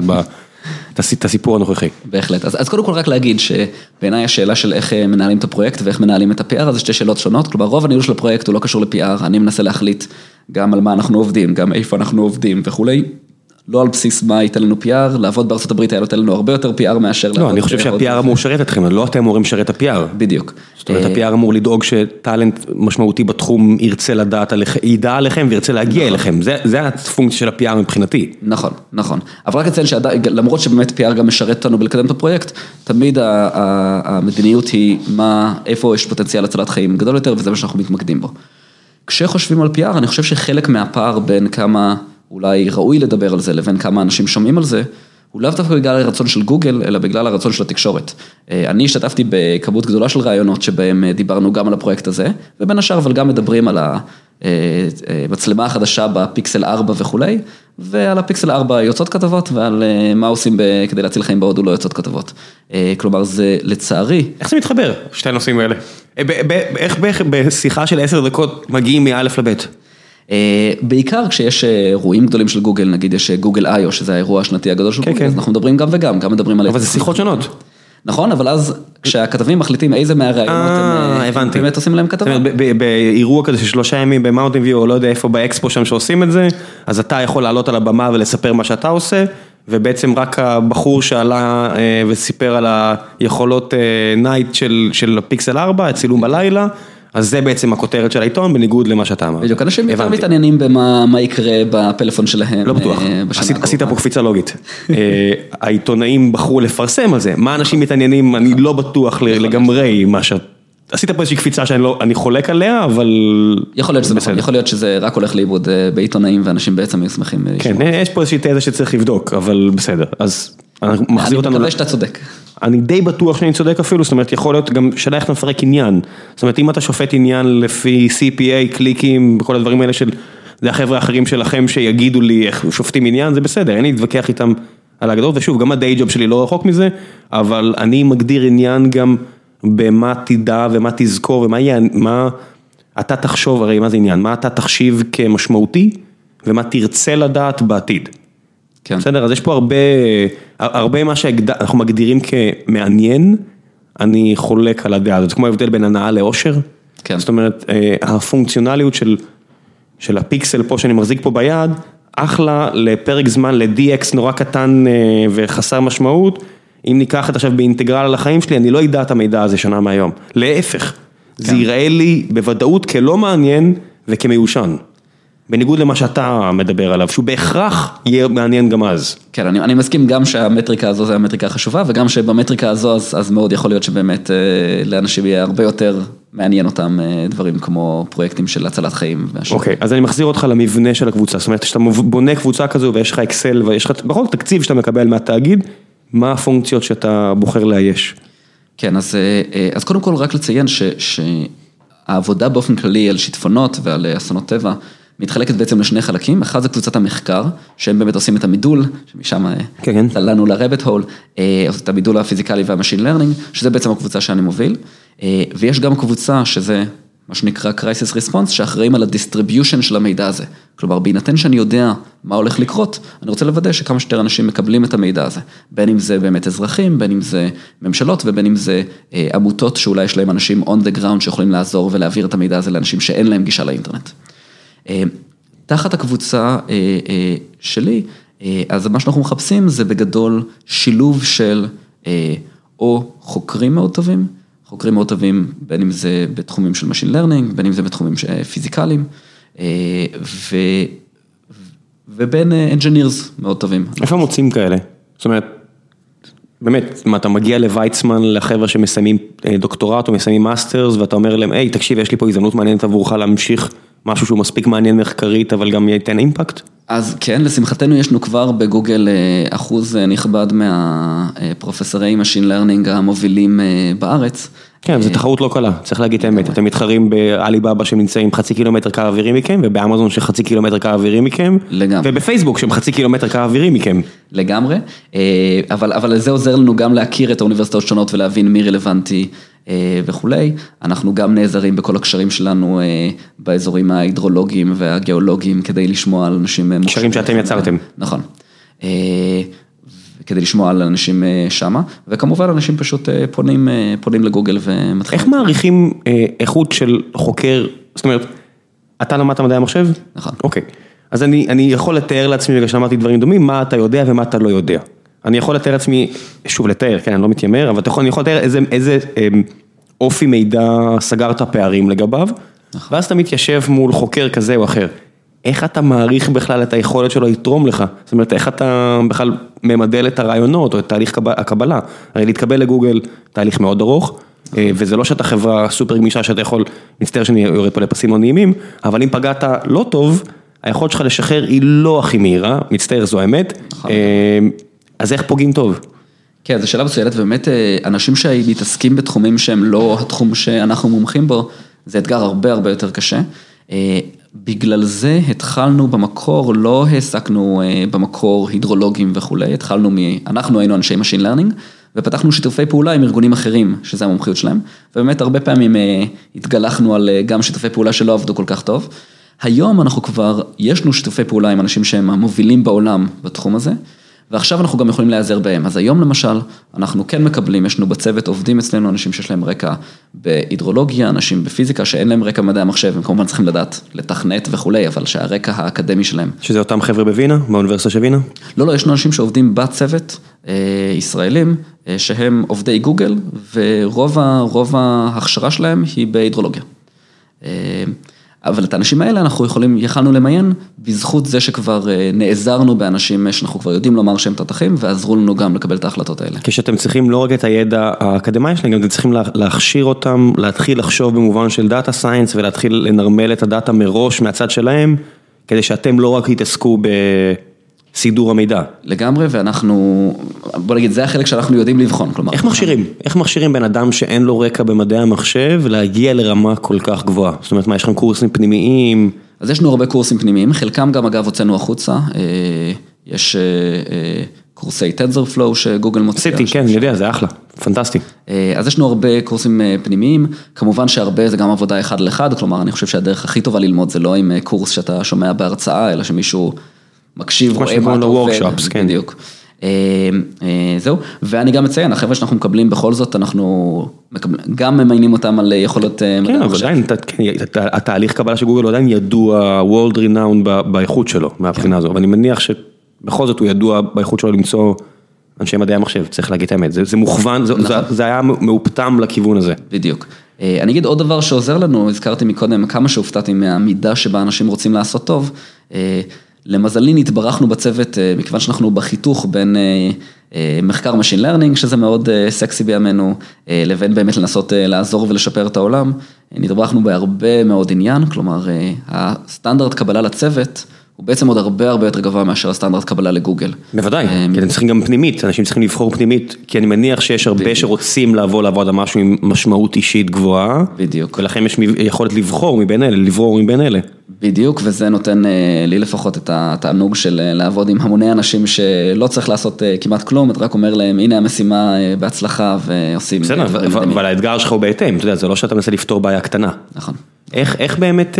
את הסיפור הנוכחי. בהחלט, אז קודם כל רק להגיד שבעיניי השאלה של איך מנהלים את הפרויקט ואיך מנהלים את ה-PR, אז שתי שאלות שונות, כלומר רוב הניהול של הפרויקט הוא לא קשור ל-PR, אני מנסה להחליט גם על מה אנחנו עובדים, גם איפה אנחנו עובדים וכולי, לא על בסיס מה ייתן לנו PR, לעבוד בארצות הברית היה נותן לנו הרבה יותר PR מאשר לא, אני חושב שה-PR אמור לשרת אתכם, לא אתם אמורים לשרת את ה-PR. בדיוק. זאת אומרת, ה-PR אמור לדאוג שטלנט משמעותי בתחום ירצה לדעת, ידע עליכם וירצה להגיע אליכם, זה הפונקציה של ה-PR מבחינתי. נכון, נכון. אבל רק אציין שלמרות שבאמת PR גם משרת אותנו בלקדם את הפרויקט, תמיד המדיניות היא איפה יש פוטנציאל הצלת חיים גדול יותר, וזה מה שאנחנו מתמקדים בו. כשחושבים על PR, אני חושב שחלק מהפער בין כמה אולי ראוי לדבר על זה, לבין כמה אנשים שומעים על זה, הוא לאו דווקא בגלל הרצון של גוגל, אלא בגלל הרצון של התקשורת. אני השתתפתי בכמות גדולה של רעיונות, שבהם דיברנו גם על הפרויקט הזה, ובין השאר, אבל גם מדברים על המצלמה החדשה בפיקסל 4 וכולי, ועל הפיקסל 4 יוצאות כתבות, ועל מה עושים כדי להציל חיים בהודו לא יוצאות כתבות. כלומר, זה לצערי. איך זה מתחבר, שתי הנושאים האלה? איך בשיחה של 10 דקות מגיעים מאלף לבית? בעיקר כשיש אירועים גדולים של גוגל, נגיד יש גוגל איו, שזה האירוע השנתי הגדול של גוגל, אז אנחנו מדברים גם וגם, גם מדברים על... אבל זה שיחות שונות. נכון, אבל אז כשהכתבים מחליטים איזה מהרעיונות הם באמת עושים להם כתבה. באירוע כזה של 3 ימים במאונטין ויו, או לא יודע איפה באקספו שם שעושים את זה, אז אתה יכול לעלות על הבמה ולספר מה שאתה עושה, ובעצם רק הבחור שעלה וסיפר על היכולות נייט של הפיקסל 4, הצילום בלילה, אז זה בעצם הכותרת של העיתון, בניגוד למה שאתה אמר. בדיוק, אנשים יותר מתעניינים במה יקרה בפלאפון שלהם. לא בטוח, עשית פה קפיצה לוגית. העיתונאים בחרו לפרסם על זה, מה אנשים מתעניינים, אני לא בטוח לגמרי מה ש... עשית פה איזושהי קפיצה שאני חולק עליה, אבל... יכול להיות שזה נכון, יכול להיות שזה רק הולך לאיבוד בעיתונאים, ואנשים בעצם ישמחים... כן, יש פה איזושהי תזה שצריך לבדוק, אבל בסדר, אז... אני מקווה שאתה צודק. אני די בטוח שאני צודק אפילו, זאת אומרת, יכול להיות גם שאלה איך אתה מפרק עניין. זאת אומרת, אם אתה שופט עניין לפי CPA, קליקים, וכל הדברים האלה של, זה החבר'ה האחרים שלכם שיגידו לי איך שופטים עניין, זה בסדר, אין לי להתווכח איתם על הגדול, ושוב, גם הדיי ג'וב שלי לא רחוק מזה, אבל אני מגדיר עניין גם במה תדע ומה תזכור, ומה אתה תחשוב, הרי מה זה עניין, מה אתה תחשיב כמשמעותי, ומה תרצה לדעת בעתיד. בסדר, אז יש פה הרבה מה שאנחנו מגדירים כמעניין, אני חולק על הדעה הזאת, זה כמו ההבדל בין הנאה לאושר, זאת אומרת, הפונקציונליות של הפיקסל פה שאני מחזיק פה ביד, אחלה לפרק זמן, ל-DX נורא קטן וחסר משמעות, אם ניקח את עכשיו באינטגרל על החיים שלי, אני לא ידע את המידע הזה שנה מהיום, להפך, זה יראה לי בוודאות כלא מעניין וכמיושן. בניגוד למה שאתה מדבר עליו, שהוא בהכרח יהיה מעניין גם אז. כן, אני מסכים גם שהמטריקה הזו זה המטריקה החשובה, וגם שבמטריקה הזו אז מאוד יכול להיות שבאמת לאנשים יהיה הרבה יותר מעניין אותם דברים כמו פרויקטים של הצלת חיים. אוקיי, אז אני מחזיר אותך למבנה של הקבוצה, זאת אומרת, שאתה בונה קבוצה כזו ויש לך אקסל ויש לך בכל תקציב שאתה מקבל מהתאגיד, מה הפונקציות שאתה בוחר לאייש? כן, אז קודם כל רק לציין שהעבודה באופן כללי על שיטפונות ועל אסונות טבע, מתחלקת בעצם לשני חלקים, אחד זה קבוצת המחקר, שהם באמת עושים את המידול, שמשם צללנו לרבט הול, את המידול הפיזיקלי והמשין לרנינג, שזה בעצם הקבוצה שאני מוביל, ויש גם קבוצה שזה מה שנקרא Crisis Response, שאחראים על הדיסטריביושן של המידע הזה, כלומר בהינתן שאני יודע מה הולך לקרות, אני רוצה לוודא שכמה שיותר אנשים מקבלים את המידע הזה, בין אם זה באמת אזרחים, בין אם זה ממשלות, ובין אם זה עמותות שאולי יש להם אנשים on the ground שיכולים לעזור ולהעביר את המידע הזה לאנשים שאין להם גישה לאינטרנט. תחת הקבוצה שלי, אז מה שאנחנו מחפשים זה בגדול שילוב של או חוקרים מאוד טובים, בין אם זה בתחומים של Machine Learning, בין אם זה בתחומים פיזיקליים, ובין engineers מאוד טובים. איפה מוצאים כאלה? זאת אומרת, באמת, מה, אתה מגיע לויצמן, לחבר'ה שמסיימים דוקטורט או מסיימים מאסטרס, ואתה אומר להם, היי, תקשיב, יש לי פה הזדמנות מעניינת עבורך להמשיך משהו שהוא מספיק מעניין מחקרית, אבל גם ייתן אימפקט? אז כן, לשמחתנו יש לנו כבר בגוגל אחוז נכבד מהפרופסורי Machine Learning המובילים בארץ. כן, זו תחרות לא קלה, צריך להגיד את האמת. אתם מתחרים באליבאבא שנמצאים חצי קילומטר קו אווירי מכם, ובאמזון שחצי קילומטר קו אווירי מכם, ובפייסבוק שהם חצי קילומטר קו אווירי מכם. לגמרי, אבל זה עוזר לנו גם להכיר את האוניברסיטאות שונות ולהבין מי רלוונטי וכולי. אנחנו גם נעזרים בכל הקשרים שלנו באזורים ההידרולוגיים והגיאולוגיים כדי לשמוע על אנשים מוכשרים. קשרים שאתם יצרתם. נכון. כדי לשמוע על אנשים שמה, וכמובן אנשים פשוט פונים לגוגל ומתחילים. איך מעריכים איכות של חוקר, זאת אומרת, אתה למדת מדעי המחשב? נכון. אוקיי, אז אני יכול לתאר לעצמי, בגלל שאמרתי דברים דומים, מה אתה יודע ומה אתה לא יודע. אני יכול לתאר לעצמי, שוב לתאר, כן, אני לא מתיימר, אבל אני יכול לתאר איזה אופי מידע סגרת פערים לגביו, ואז אתה מתיישב מול חוקר כזה או אחר. איך אתה מעריך בכלל את היכולת שלו לתרום לך? זאת אומרת, איך אתה בכלל ממדל את הרעיונות או את תהליך הקבלה? הרי להתקבל לגוגל, תהליך מאוד ארוך, וזה לא שאתה חברה סופר גמישה שאתה יכול, מצטער שאני יורד פה לפסים לא נעימים, אבל אם פגעת לא טוב, היכולת שלך לשחרר היא לא הכי מהירה, מצטער זו האמת, אז איך פוגעים טוב? כן, זו שאלה מצוינת, ובאמת אנשים שמתעסקים בתחומים שהם לא התחום שאנחנו מומחים בו, זה אתגר הרבה הרבה יותר קשה. בגלל זה התחלנו במקור, לא העסקנו במקור הידרולוגים וכו', אנחנו היינו אנשי Machine Learning, ופתחנו שיתופי פעולה עם ארגונים אחרים, שזה המומחיות שלהם, ובאמת הרבה פעמים התגלחנו על גם שיתופי פעולה שלא עבדו כל כך טוב. היום אנחנו כבר, יש לנו שיתופי פעולה עם אנשים שהם המובילים בעולם בתחום הזה, ועכשיו אנחנו גם יכולים להיעזר בהם. אז היום למשל, אנחנו כן מקבלים, יש לנו בצוות עובדים אצלנו, אנשים שיש להם רקע בהידרולוגיה, אנשים בפיזיקה שאין להם רקע מדעי המחשב, הם כמובן צריכים לדעת לתכנת וכולי, אבל שהרקע האקדמי שלהם. שזה אותם חבר'ה בווינה, באוניברסיטה של וינה? לא, יש לנו אנשים שעובדים בצוות, ישראלים, שהם עובדי גוגל, ורוב ההכשרה שלהם היא בהידרולוגיה. אבל את האנשים האלה אנחנו יכלנו למיין בזכות זה שכבר נעזרנו באנשים שאנחנו כבר יודעים לומר שהם תותחים, ועזרו לנו גם לקבל את ההחלטות האלה. כשאתם צריכים לא רק את הידע האקדמי שלהם, גם אתם צריכים להכשיר אותם, להתחיל לחשוב במובן של דאטה סיינס, ולהתחיל לנרמל את הדאטה מראש מהצד שלהם, כדי שאתם לא רק יתעסקו סידור המידע. לגמרי, ואנחנו, בוא נגיד, זה החלק שאנחנו יודעים לבחון, כלומר. איך מכשירים בן אדם שאין לו רקע במדעי המחשב, להגיע לרמה כל כך גבוהה? זאת אומרת, מה, יש לכם קורסים פנימיים? אז יש לנו הרבה קורסים פנימיים, חלקם גם אגב הוצאנו החוצה, יש קורסי TensorFlow שגוגל מוציאה. עשיתי, כן, אני יודע, זה אחלה, פנטסטי. אז יש לנו הרבה קורסים פנימיים, כמובן שהרבה זה גם עבודה אחד על אחד, כלומר, אני חושב שהדרך הכי טובה ללמוד זה לא עם קורס שאתה שומע בהרצאה, אלא שמישהו מקשיב, רואה מה אתה עובד, בדיוק. זהו, ואני גם מציין, החבר'ה שאנחנו מקבלים בכל זאת, אנחנו גם ממיינים אותם על יכולות מדע המחשב. כן, אבל התהליך קבלה של גוגל עדיין ידוע, world renowned באיכות שלו, מהבחינה הזו, אבל אני מניח שבכל זאת הוא ידוע באיכות שלו למצוא אנשי מדעי המחשב, צריך להגיד את האמת, זה מוכוון, זה היה מאופתם לכיוון הזה. בדיוק. אני אגיד עוד דבר שעוזר לנו, הזכרתי מקודם כמה שהופתעתי מהמידה שבה אנשים רוצים לעשות טוב, למזלי נתברכנו בצוות, מכיוון שאנחנו בחיתוך בין מחקר Machine Learning, שזה מאוד סקסי בימינו, לבין באמת לנסות לעזור ולשפר את העולם, נתברכנו בהרבה מאוד עניין, כלומר, הסטנדרט קבלה לצוות, הוא בעצם עוד הרבה יותר גבוה מאשר הסטנדרט קבלה לגוגל. בוודאי, כי אתם צריכים גם פנימית, אנשים צריכים לבחור פנימית, כי אני מניח שיש הרבה שרוצים לעבוד על משהו עם משמעות אישית גבוהה, בדיוק. ולכן יש יכולת לבחור מבין אלה, לברור מבין אלה. בדיוק, וזה נותן לי לפחות את התענוג של לעבוד עם המוני אנשים שלא צריך לעשות כמעט כלום, את רק אומר להם, הנה המשימה בהצלחה ועושים דברים מדהימים. אבל האתגר שלך הוא בהתאם, אתה יודע, זה לא שאתה מנסה לפתור בעיה קטנה. נכון. איך באמת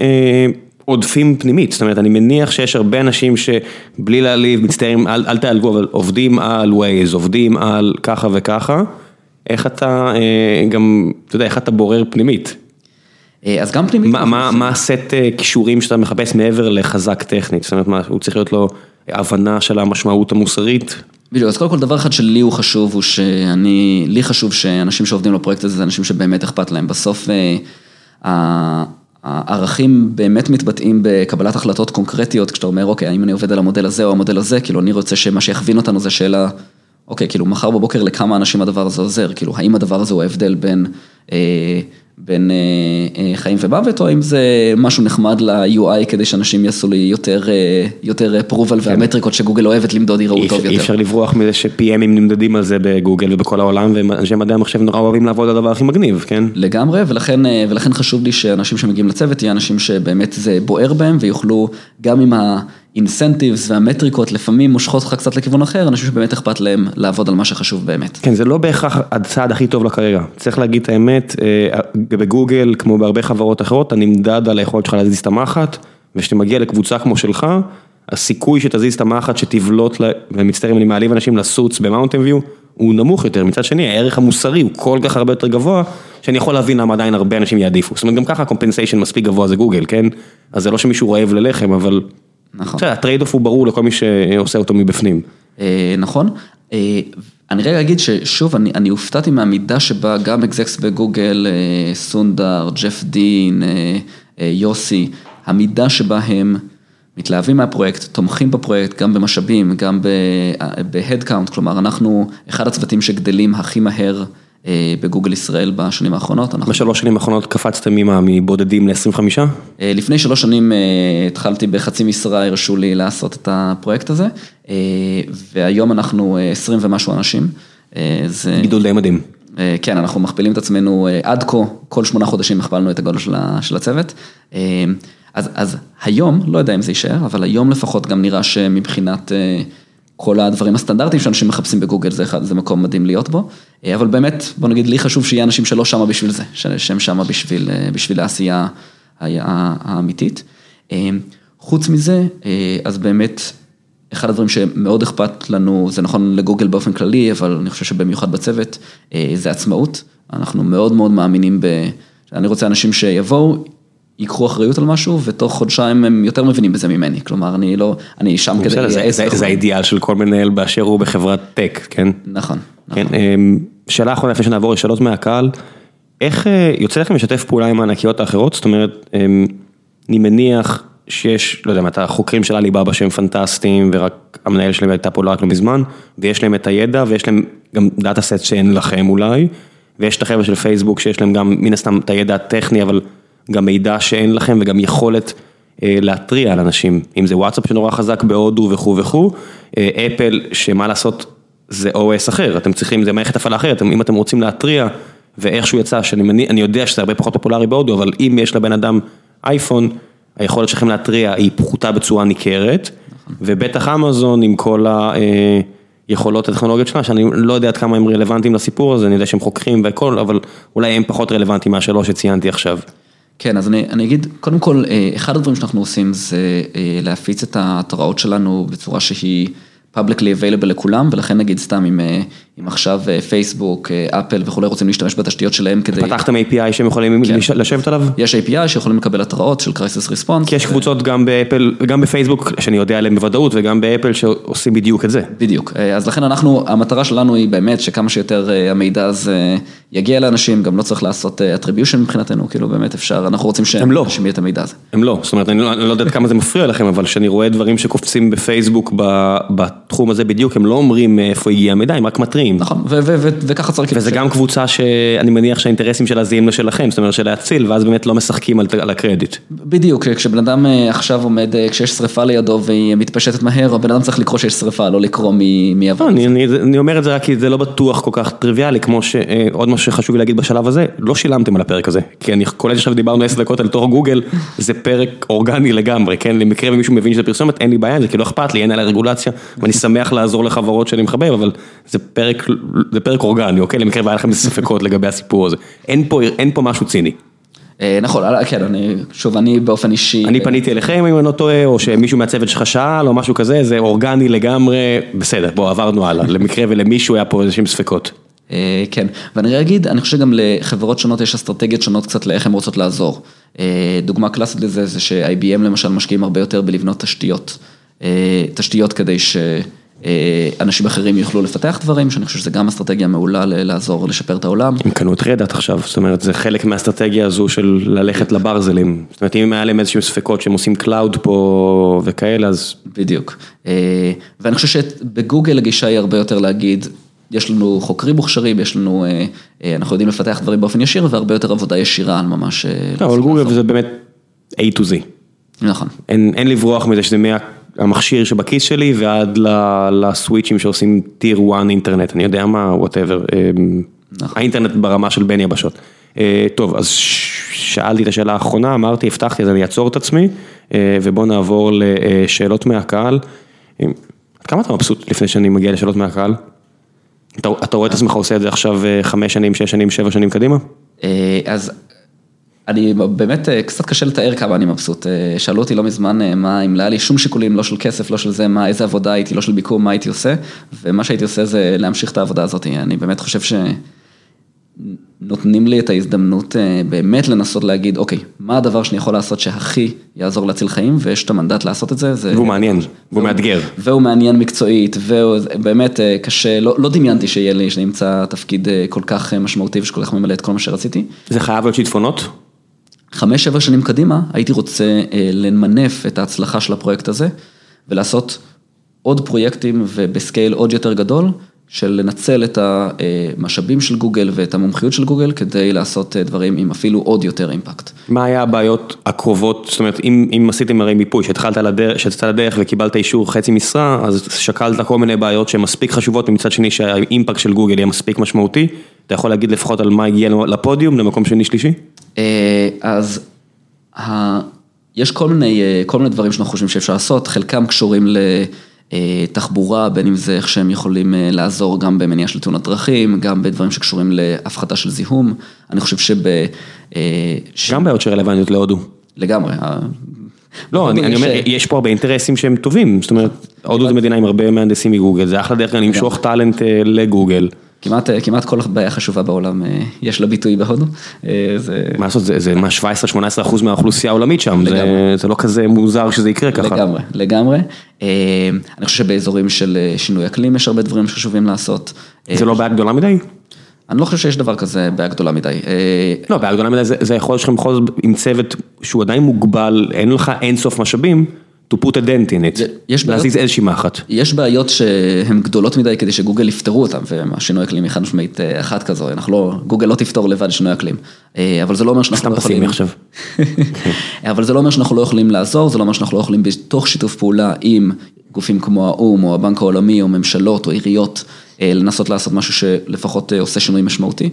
עודפים פנימית? זאת אומרת, אני מניח שיש הרבה אנשים שבלי להעליב, מצטערים, אל תעלבו, אבל עובדים על Waze, עובדים על ככה וככה, איך אתה גם, אתה יודע, איך אתה בורר פנימית? אז גם פנימית. מה הסט קישורים שאתה מחפש מעבר לחזק טכנית? זאת אומרת, הוא צריך להיות לו הבנה של המשמעות המוסרית? בדיוק, אז קודם כל דבר אחד שלי הוא חשוב, לי חשוב שאנשים שעובדים לפרויקט הזה, זה אנשים שבאמת אכפת להם. בסוף, הערכים באמת מתבטאים בקבלת החלטות קונקרטיות, כשאתה אומר, אוקיי, האם אני עובד על המודל הזה או המודל הזה, כאילו אני רוצה שמה שיכווין אותנו זה שאלה, אוקיי, כאילו מחר בבוקר לכמה אנשים הדבר הזה עוזר, כאילו האם הדבר הזה הוא ההבדל בין חיים ומוות, או האם זה משהו נחמד ל-UI כדי שאנשים יעשו לי יותר פרובל והמטריקות שגוגל אוהבת למדוד יראו טוב יותר. אי אפשר לברוח מזה ש-PM'ים נמדדים על זה בגוגל ובכל העולם, ואנשי מדעי המחשב נורא אוהבים לעבוד על הדבר הכי מגניב, כן? לגמרי, ולכן חשוב לי שאנשים שמגיעים לצוות, יהיו אנשים שבאמת זה בוער בהם, ויוכלו גם עם האינסנטיבס והמטריקות, לפעמים מושכות לך קצת לכיוון אחר, אנשים שבאמת אכפת להם לעבוד על מה שחשוב באמת. כן, זה לא בהכרח הצעד הכי טוב לקריירה. צריך להגיד את האמת, בגוגל, כמו בהרבה חברות אחרות, אתה נמדד על היכולת שלך להזיז את המחט, וכשאתה מגיע לקבוצה כמו שלך, הסיכוי שתזיז את המחט, שתבלוט, ומצטערים אני מעליב אנשים לסוץ במאונטן ויו, הוא נמוך יותר. מצד שני, הערך המוסרי הוא כל כך הרבה יותר גבוה, שאני יכול להבין למה עדיין הרבה אנשים יעדיפו. זאת אומרת, גם ככה הקומפנסיישן מספיק גבוה זה גוגל, כן? אז זה לא שמישהו רעב ללחם, אבל נכון. הטרייד אוף הוא ברור לכל מי שעושה אותו מבפנים. נכון. אני רגע אגיד ששוב, אני הופתעתי מהמידה שבה גם אקזקס בגוגל, סונדר, ג'ף דין, יוסי, המידה שבה הם מתלהבים מהפרויקט, תומכים בפרויקט, גם במשאבים, גם בהדקאונט, כלומר, אנחנו אחד הצוותים שגדלים הכי מהר בגוגל ישראל בשנים האחרונות. בשלוש שנים האחרונות קפצתם מבודדים ל-25? לפני 3 שנים התחלתי בחצי משרה, הרשו לי לעשות את הפרויקט הזה, והיום אנחנו 20 ומשהו אנשים. גידול די מדהים. כן, אנחנו מכפילים את עצמנו עד כה, כל 8 חודשים הכפלנו את הגודל של הצוות. אז היום, לא יודע אם זה יישאר, אבל היום לפחות גם נראה שמבחינת כל הדברים הסטנדרטיים שאנשים מחפשים בגוגל, זה מקום מדהים להיות בו, אבל באמת, בוא נגיד, לי חשוב שיהיה אנשים שלא שמה בשביל זה, שהם שמה בשביל העשייה האמיתית. חוץ מזה, אז באמת, אחד הדברים שמאוד אכפת לנו, זה נכון לגוגל באופן כללי, אבל אני חושב שבמיוחד בצוות, זה עצמאות. אנחנו מאוד מאוד מאמינים אני רוצה אנשים שיבואו, ייקחו אחריות על משהו, ותוך חודשיים הם יותר מבינים בזה ממני, כלומר, אני שם כדי לייעץ. זה האידיאל של כל מנהל באשר הוא בחברת טק, כן? נכון. שאלה אחרונה לפני שנעבור לשאלות מהקהל, איך יוצא לכם לשתף פעולה עם הענקיות האחרות? זאת אומרת, אני מניח שיש, לא יודע מה, אתה חוקרים של עליבאבא שהם פנטסטיים, ורק המנהל שלהם הייתה פה רק לא מזמן, ויש להם את הידע, ויש להם גם דאטה סט שאין לכם אולי, ויש את החבר'ה של פייסבוק שיש להם גם מן הסתם את הידע הטכני, אבל גם מידע שאין לכם, וגם יכולת להטריע על אנשים, אם זה וואטסאפ שנורא חזק בהודו וכו' וכו', אפל שמה לעשות זה OS אחר, אתם צריכים, זה מערכת הפעלה אחרת, אם אתם רוצים להטריע, ואיכשהו יצא, אני יודע שזה הרבה פחות פופולרי בהודו, אבל אם יש לבן אדם אייפון, היכולת שלכם להטריע היא פחותה בצורה ניכרת, ובטח אמזון עם כל היכולות הטכנולוגיות שלה, שאני לא יודע עד כמה הם רלוונטיים לסיפור הזה, אני יודע שהם חוקרים והכל, אבל אולי הם פחות רלוונטיים מהשלוש שציינתי עכשיו. כן, אז אני אגיד, קודם כל, אחד הדברים שאנחנו עושים זה להפיץ את ההתראות שלנו בצורה שהיא publicly available לכולם, ולכן נגיד סתם אם עכשיו פייסבוק, אפל וכולי רוצים להשתמש בתשתיות שלהם כדי... פתחתם API שהם יכולים לשבת עליו? יש API שיכולים לקבל התראות של Crisis Response. כי יש קבוצות גם באפל, גם בפייסבוק, שאני יודע עליהם בוודאות, וגם באפל שעושים בדיוק את זה. בדיוק. אז לכן המטרה שלנו היא באמת שכמה שיותר המידע הזה יגיע לאנשים, גם לא צריך לעשות attribution מבחינתנו, כאילו באמת אפשר, אנחנו רוצים שאנשים יהיה את המידע הזה. הם לא, זאת אומרת, אני לא יודע כמה זה מפריע לכם, אבל שאני רואה דברים שקופצים בפייסבוק בתחום הזה בדיוק, הם לא אומרים איפה הגיע המידע, הם רק מטרים. נכון, וככה צריך... וזה גם קבוצה שאני מניח שהאינטרסים שלה זהים לשלכם, זאת אומרת של להציל, ואז באמת לא משחקים על הקרדיט. בדיוק, כשבן אדם עכשיו עומד, כשיש שריפה לידו והיא מתפשטת מהר, הבן אדם צריך לקרוא שיש שריפה, לא לקרוא מעבר. אני אומר את זה רק כי זה לא בטוח כל כך טריוויאלי, כמו שעוד משהו שחשוב לי להגיד בשלב הזה, לא שילמתם על הפרק הזה, כי אני כל עכשיו דיברנו 10 דקות על תוך גוגל, זה פרק אורגני לגמרי, כן? למקרה ומישהו מבין שזה פרסומת, אין לי בעיה, זה כי לא אכפת לי, אין עליה רגולציה, ואני שמח לעזור לחברות שאני מחבב, אבל זה פרק אורגני, אוקיי? למקרה והיה לכם ספקות לגבי הסיפור הזה. אין פה משהו ציני. נכון, כן, אני באופן אישי... אני פניתי אליכם אם אני לא טועה, או שמישהו מהצוות שלך שאל, או משהו כזה, זה אורגני לגמרי, בסדר, בוא, עברנו הלאה, למקרה ולמישהו היה פה איזשהם ספקות. כן, ואני אגיד, אני חושב שגם לחברות שונות יש אסטרטגיות שונות קצת לאיך הן רוצות לעזור. דוגמה קלאסית לזה זה ש-IBM למשל משקיעים הרבה יותר בלבנות תשתיות כדי אנשים אחרים יוכלו לפתח דברים, שאני חושב שזה גם אסטרטגיה מעולה לעזור לשפר את העולם. הם קנו את רדאט עכשיו, זאת אומרת, זה חלק מהאסטרטגיה הזו של ללכת לברזלים. זאת אומרת, אם היה להם איזשהם ספקות שהם עושים קלאוד פה וכאלה, אז... בדיוק. ואני חושב שבגוגל הגישה היא הרבה יותר להגיד, יש לנו חוקרים מוכשרים, אנחנו יודעים לפתח דברים באופן ישיר, והרבה יותר עבודה ישירה על ממש... אבל גוגל זה באמת A to Z. נכון. אין לברוח מזה שזה מהמכשיר שבכיס שלי, ועד לסוויצ'ים שעושים טיר 1 אינטרנט, אני יודע מה, whatever, האינטרנט ברמה של בין יבשות. טוב, אז שאלתי את השאלה האחרונה, אמרתי, הבטחתי, אז אני אעצור את עצמי, ובוא נעבור לשאלות מהקהל. כמה אתה מבסוט לפני שאני מגיע לשאלות מהקהל? אתה רואה את עצמך עושה את זה עכשיו 5 שנים, 6 שנים, 7 שנים קדימה? אז אני באמת קצת קשה לתאר כמה אני מבסוט. שאלו אותי לא מזמן מה, אם לא היה לי שום שיקולים, לא של כסף, לא של זה, איזה עבודה הייתי, לא של ביקום, מה הייתי עושה, ומה שהייתי עושה זה להמשיך את העבודה הזאת. אני באמת חושב שנותנים לי את ההזדמנות באמת לנסות להגיד, אוקיי, מה הדבר שאני יכול לעשות שהכי יעזור להציל חיים, ויש את המנדט לעשות את זה. והוא מעניין, והוא מאתגר. והוא מעניין מקצועית, והוא באמת קשה, לא דמיינתי שיהיה לי, שנמצא תפקיד כל כך משמעותי, ושכל כך ממלא את כל מה שרציתי. זה חייב להיות שיטפונות? 5-7 שנים קדימה, הייתי רוצה למנף את ההצלחה של הפרויקט הזה, ולעשות עוד פרויקטים ובסקייל עוד יותר גדול, של לנצל את המשאבים של גוגל ואת המומחיות של גוגל, כדי לעשות דברים עם אפילו עוד יותר אימפקט. מה היה הבעיות הקרובות, זאת אומרת, אם עשיתם הרי מיפוי, שהתחלת לדרך וקיבלת אישור חצי משרה, אז שקלת כל מיני בעיות שהן מספיק חשובות, ומצד שני שהאימפקט של גוגל יהיה מספיק משמעותי, אתה יכול להגיד לפחות על מה הגיע לפודיום, למקום שני שלישי? אז יש כל מיני דברים שאנחנו חושבים שאפשר לעשות, חלקם קשורים לתחבורה, בין אם זה איך שהם יכולים לעזור גם במניעה של תאונות דרכים, גם בדברים שקשורים להפחתה של זיהום, אני חושב גם בעיות שרלוונטיות להודו. לגמרי. לא, אני אומר, יש פה הרבה אינטרסים שהם טובים, זאת אומרת, הודו זה מדינה עם הרבה מהנדסים מגוגל, זה אחלה דרך למשוך טלנט לגוגל. כמעט כל בעיה חשובה בעולם יש לה ביטוי בהודו. מה לעשות, זה 17-18% מהאוכלוסייה העולמית שם, זה לא כזה מוזר שזה יקרה ככה. לגמרי. אני חושב שבאזורים של שינוי אקלים יש הרבה דברים שחשובים לעשות. זה לא בעיה גדולה מדי? אני לא חושב שיש דבר כזה בעיה גדולה מדי. לא, בעיה גדולה מדי זה יכול שלכם בכל זאת עם צוות שהוא עדיין מוגבל, אין לך אינסוף משאבים, to put a dent in it, להזיז איזושהי מחט. יש בעיות שהן גדולות מדי כדי שגוגל יפתרו אותן, והשינוי אקלים היא חד משמעית אחת כזו, גוגל לא תפתור לבד שינוי אקלים, אבל זה לא אומר שאנחנו לא יכולים, אבל זה לא אומר שאנחנו לא יכולים לעזור, זה לא אומר שאנחנו לא יכולים בתוך שיתוף פעולה עם גופים כמו האו"ם, או הבנק העולמי, או ממשלות, או עיריות, לנסות לעשות משהו שלפחות עושה שינוי משמעותי.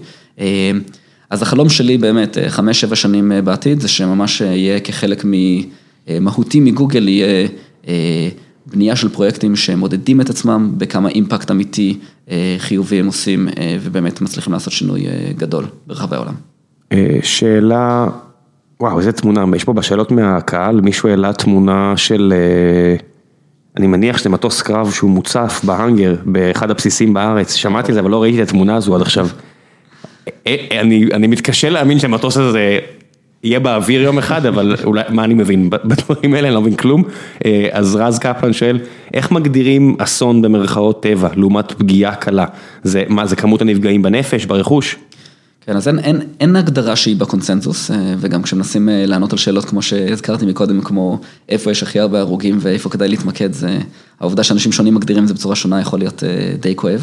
אז החלום שלי באמת, 5-7 שנים בעתיד, זה שממש יהיה כחלק מהותי מגוגל, יהיה בנייה של פרויקטים שמודדים את עצמם, בכמה אימפקט אמיתי חיובי הם עושים, ובאמת מצליחים לעשות שינוי גדול ברחבי העולם. שאלה, וואו, איזה תמונה, יש פה בשאלות מהקהל, מישהו העלה תמונה של... אני מניח שזה מטוס קרב שהוא מוצף בהנגר, באחד הבסיסים בארץ, שמעתי את זה, אבל לא ראיתי את התמונה הזו עד עכשיו. אני מתקשה להאמין שהמטוס הזה יהיה באוויר יום אחד, אבל אולי, מה אני מבין? בדברים האלה אני לא מבין כלום. אז רז קפלן שואל, איך מגדירים אסון במרכאות טבע, לעומת פגיעה קלה? מה, זה כמות הנפגעים בנפש, ברכוש? כן, אז אין הגדרה שהיא בקונסנזוס, וגם כשמנסים לענות על שאלות כמו שהזכרתי מקודם, כמו איפה יש הכי הרבה הרוגים ואיפה כדאי להתמקד, זה העובדה שאנשים שונים מגדירים את זה בצורה שונה יכול להיות די כואב.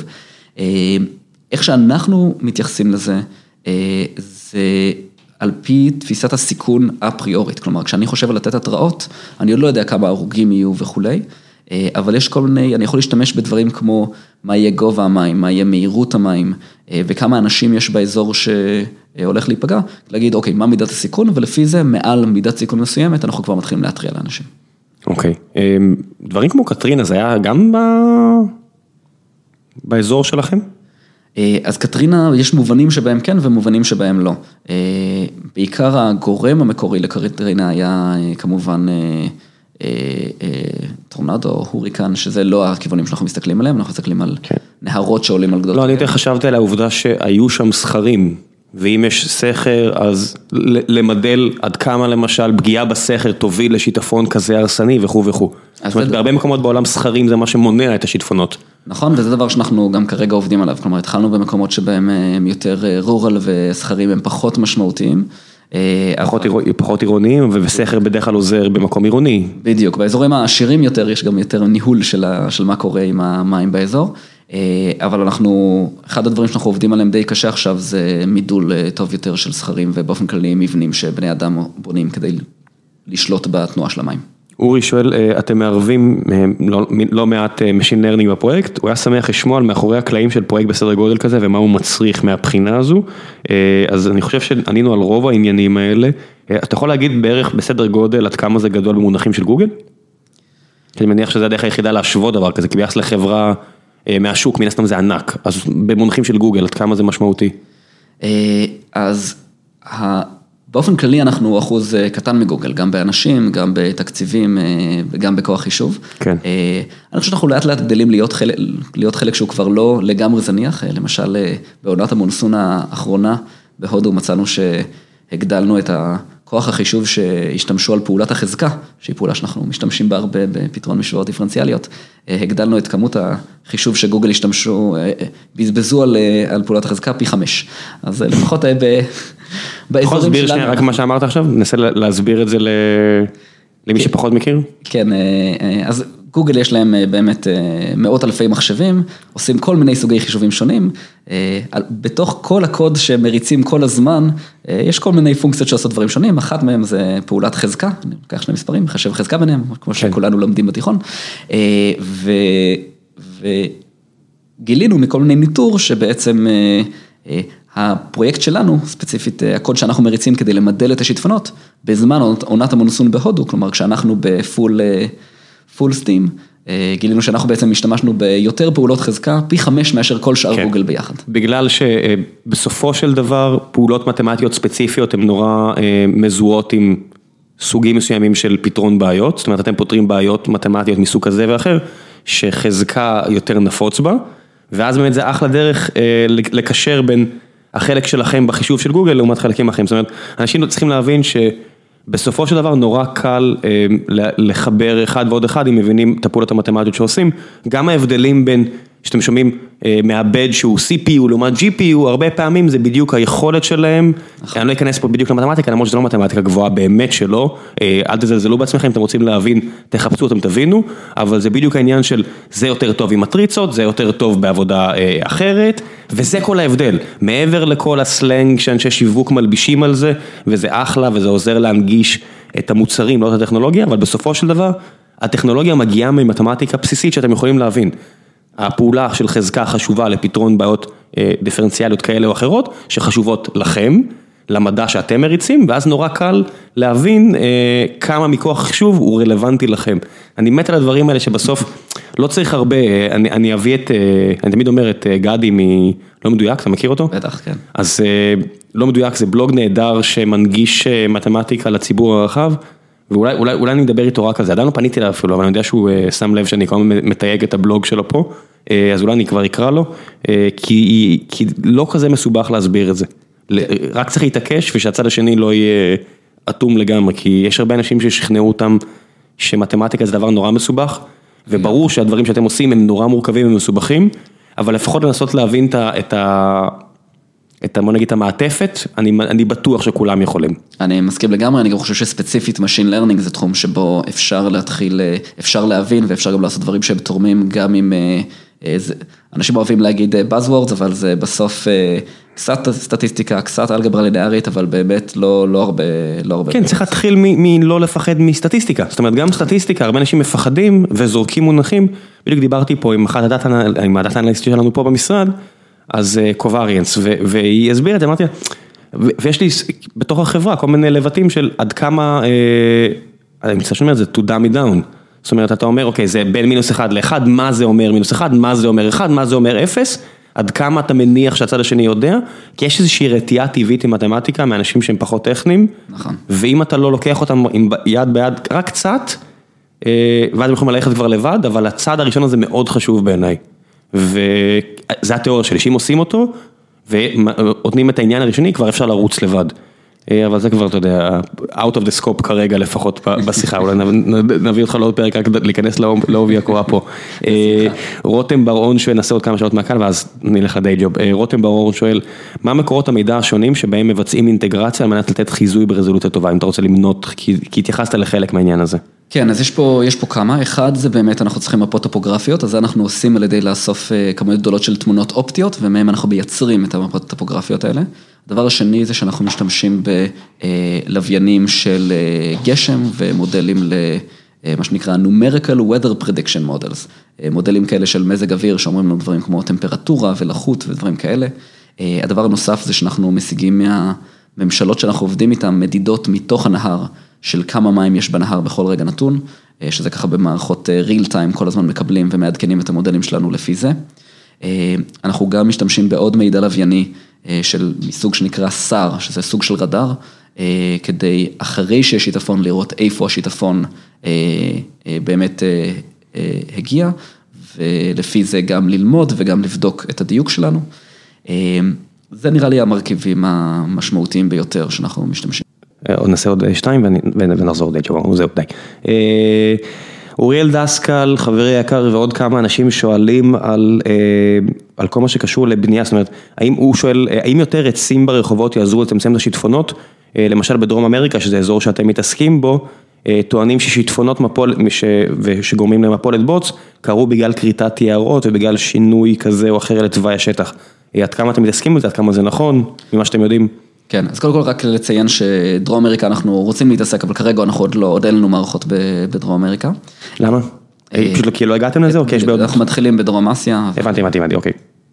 איך שאנחנו מתייחסים לזה, זה על פי תפיסת הסיכון אפריורית, כלומר, כשאני חושב על לתת התראות, אני עוד לא יודע כמה הרוגים יהיו וכולי, אבל יש כל מיני, אני יכול להשתמש בדברים כמו מה יהיה גובה המים, מה יהיה מהירות המים, וכמה אנשים יש באזור שהולך להיפגע, להגיד, אוקיי, מה מידת הסיכון, ולפי זה, מעל מידת סיכון מסוימת, אנחנו כבר מתחילים להתריע לאנשים. אוקיי. דברים כמו קטרינה, זה היה גם באזור שלכם? אז קטרינה, יש מובנים שבהם כן, ומובנים שבהם לא. בעיקר הגורם המקורי לקטרינה היה כמובן טורנדו, הוריקן, שזה לא הכיוונים שאנחנו מסתכלים עליהם, אנחנו מסתכלים על נהרות שעולים על גדות. לא, אני יותר חשבתי על העובדה שהיו שם סחרים, ואם יש סכר, אז למדל עד כמה למשל פגיעה בסכר תוביל לשיטפון כזה הרסני וכו' וכו'. זאת אומרת, בהרבה מקומות בעולם סכרים זה מה שמונע את השיטפונות. נכון, וזה דבר שאנחנו גם כרגע עובדים עליו, כלומר התחלנו במקומות שבהם הם יותר רורל וסכרים הם פחות משמעותיים. פחות עירוניים, וסכר בדרך כלל עוזר במקום עירוני. בדיוק, באזורים העשירים יותר יש גם יותר ניהול של מה קורה עם המים באזור, אבל אחד הדברים שאנחנו עובדים עליהם די קשה עכשיו זה מידול טוב יותר של סכרים ובאופן כללי מבנים שבני אדם בונים כדי לשלוט בתנועה של המים. אורי שואל, אתם מערבים לא מעט Machine Learning בפרויקט, הוא היה שמח לשמוע על מאחורי הקלעים של פרויקט בסדר גודל כזה, ומה הוא מצריך מהבחינה הזו, אז אני חושב שענינו על רוב העניינים האלה, אתה יכול להגיד בערך בסדר גודל עד כמה זה גדול במונחים של גוגל? אני מניח שזה הדרך היחידה להשוות דבר כזה, כי ביחס לחברה מהשוק, מן הסתם זה ענק, אז במונחים של גוגל עד כמה זה משמעותי? אז באופן כללי אנחנו אחוז קטן מגוגל, גם באנשים, גם בתקציבים, גם בכוח חישוב. כן. אני חושב שאנחנו לאט לאט גדלים להיות חלק שהוא כבר לא לגמרי זניח, למשל בעונת המונסון האחרונה בהודו מצאנו שהגדלנו את הכוח החישוב שהשתמשו על פעולת החזקה, שהיא פעולה שאנחנו משתמשים בה הרבה בפתרון משוואות דיפרנציאליות, הגדלנו את כמות החישוב שגוגל השתמשו, בזבזו על פעולת החזקה פי 5. אז לפחות יכול להסביר שנייה רק מה שאמרת עכשיו? ננסה להסביר את זה למי שפחות מכיר? כן, אז גוגל יש להם באמת מאות אלפי מחשבים, עושים כל מיני סוגי חישובים שונים, בתוך כל הקוד שמריצים כל הזמן, יש כל מיני פונקציות שעושות דברים שונים, אחת מהם זה פעולת חזקה, אני לוקח שני מספרים, מחשב חזקה ביניהם, כמו שכולנו לומדים בתיכון, וגילינו מכל מיני ניטור שבעצם הפרויקט שלנו, ספציפית הקוד שאנחנו מריצים כדי למדל את השיטפונות, בזמן עונת המונסון בהודו, כלומר כשאנחנו בפול סטים, גילינו שאנחנו בעצם השתמשנו ביותר פעולות חזקה, פי 5 מאשר כל שאר גוגל ביחד. בגלל שבסופו של דבר פעולות מתמטיות ספציפיות הן נורא מזוהות עם סוגים מסוימים של פתרון בעיות, זאת אומרת אתם פותרים בעיות מתמטיות מסוג כזה ואחר, שחזקה יותר נפוץ בה, ואז באמת זה אחלה דרך לקשר בין החלק שלכם בחישוב של גוגל לעומת חלקים אחרים. זאת אומרת, אנשים צריכים להבין שבסופו של דבר נורא קל לחבר אחד ועוד אחד, אם מבינים את הפעולות המתמטיות שעושים. גם ההבדלים בין, שאתם שומעים מעבד שהוא CPU לעומת GPU, הרבה פעמים זה בדיוק היכולת שלהם. אני לא אכנס פה בדיוק למתמטיקה, למרות שזה לא מתמטיקה גבוהה באמת שלא. אל תזלזלו בעצמכם, אתם רוצים להבין, תחפשו אותם, תבינו, אבל זה בדיוק העניין של זה יותר טוב עם מטריצות, זה יותר טוב בעבודה אחרת, וזה כל ההבדל. מעבר לכל הסלנג שאנשי שיווק מלבישים על זה, וזה אחלה, וזה עוזר להנגיש את המוצרים, לא את הטכנולוגיה, אבל בסופו של דבר, הטכנולוגיה מגיעה ממתמטיקה בסיסית שאתם יכולים להבין. הפעולה של חזקה חשובה לפתרון בעיות דיפרנציאליות כאלה או אחרות, שחשובות לכם, למדע שאתם מריצים, ואז נורא קל להבין כמה מכוח חישוב הוא רלוונטי לכם. אני מת על הדברים האלה שבסוף לא צריך הרבה, אני אביא אני תמיד אומר את גדי לא מדויק, אתה מכיר אותו? בטח, כן. אז לא מדויק, זה בלוג נהדר שמנגיש מתמטיקה לציבור הרחב, ואולי אני מדבר איתו רק על זה, עדיין לא פניתי אליו אפילו, אבל אני יודע שהוא שם לב שאני כל הזמן מתייג את הבלוג שלו פה, אז אולי אני כבר אקרא לו, כי לא כזה מסובך להסביר את זה. רק צריך להתעקש ושהצד השני לא יהיה אטום לגמרי, כי יש הרבה אנשים ששכנעו אותם שמתמטיקה זה דבר נורא מסובך, וברור שהדברים שאתם עושים הם נורא מורכבים ומסובכים, אבל לפחות לנסות להבין בוא נגיד, המעטפת, אני בטוח שכולם יכולים. אני מסכים לגמרי, אני גם חושב שספציפית Machine Learning זה תחום שבו אפשר להבין ואפשר גם לעשות דברים שהם תורמים גם עם, אנשים אוהבים להגיד Buzzwords, אבל זה בסוף קצת סטטיסטיקה, קצת אלגברה ליניארית, אבל באמת לא הרבה. כן, צריך להתחיל מלא לפחד מסטטיסטיקה. זאת אומרת, גם סטטיסטיקה, הרבה אנשים מפחדים וזורקים מונחים. בדיוק דיברתי פה עם הדאטה אנליסט שלנו פה במשרד, אז קובריאנס, והיא הסבירה, אמרתי, ויש לי בתוך החברה כל מיני לבטים של עד כמה, אני מצטער שאומר, זה to dumb it down. זאת אומרת, אתה אומר, אוקיי, זה בין -1 ל-1, מה זה אומר -1, מה זה אומר 1, מה זה אומר 0, עד כמה אתה מניח שהצד השני יודע, כי יש איזושהי רתיעה טבעית עם מתמטיקה, מאנשים שהם פחות טכניים, נכון. ואם אתה לא לוקח אותם עם יד ביד רק קצת, ואז הם יכולים ללכת כבר לבד, אבל הצד הראשון הזה מאוד חשוב בעיניי. וזה התיאוריה שלי, שאם עושים אותו, ונותנים את העניין הראשוני, כבר אפשר לרוץ לבד. אבל זה כבר, אתה יודע, out of the scope כרגע לפחות בשיחה, אולי נביא אותך לעוד פרק רק להיכנס לעובי הקורה פה. רותם בר-און שואל, נעשה עוד כמה שעות מהקל, ואז נלך לדי ג'וב. רותם בר-און שואל, מה מקורות המידע השונים שבהם מבצעים אינטגרציה על מנת לתת חיזוי ברזולוציה טובה, אם אתה רוצה למנות, כי התייחסת לחלק מהעניין הזה. כן, אז יש פה כמה, אחד זה באמת אנחנו צריכים מפות טופוגרפיות, אז זה אנחנו עושים על ידי לאסוף כמויות גדולות של תמונות אופטיות, ומהם אנחנו מייצרים את המפות הטופוגרפיות האלה. הדבר השני זה שאנחנו משתמשים בלוויינים של גשם, ומודלים למה שנקרא numerical weather prediction models, מודלים כאלה של מזג אוויר, שאומרים לנו דברים כמו טמפרטורה ולחות ודברים כאלה. הדבר הנוסף זה שאנחנו משיגים מהממשלות שאנחנו עובדים איתן, מדידות מתוך הנהר, של כמה מים יש בנהר בכל רגע נתון, שזה ככה במערכות real time כל הזמן מקבלים ומעדכנים את המודלים שלנו לפי זה. אנחנו גם משתמשים בעוד מידע לווייני של מסוג שנקרא SAR, שזה סוג של רדאר, כדי אחרי שיש שיטפון לראות איפה השיטפון באמת הגיע, ולפי זה גם ללמוד וגם לבדוק את הדיוק שלנו. זה נראה לי המרכיבים המשמעותיים ביותר שאנחנו משתמשים. עוד נעשה עוד 2 ונחזור די שבוע, זהו די. אוריאל דסקל, חברי יקר ועוד כמה אנשים שואלים על כל מה שקשור לבנייה, זאת אומרת, הוא שואל, האם יותר עצים ברחובות יעזרו לצמצם את השיטפונות, למשל בדרום אמריקה, שזה אזור שאתם מתעסקים בו, טוענים ששיטפונות שגורמים למפולת בוץ, קרו בגלל כריתת יערות ובגלל שינוי כזה או אחר לתוואי השטח. עד כמה אתם מתעסקים בזה, עד כמה זה נכון, ממה שאתם יודעים? כן, אז קודם כל רק לציין שדרום אמריקה אנחנו רוצים להתעסק, אבל כרגע אנחנו עוד אין לנו מערכות בדרום אמריקה. למה? פשוט כי לא הגעתם לזה, או כי יש בעוד? אנחנו מתחילים בדרום אסיה. הבנתי, אוקיי.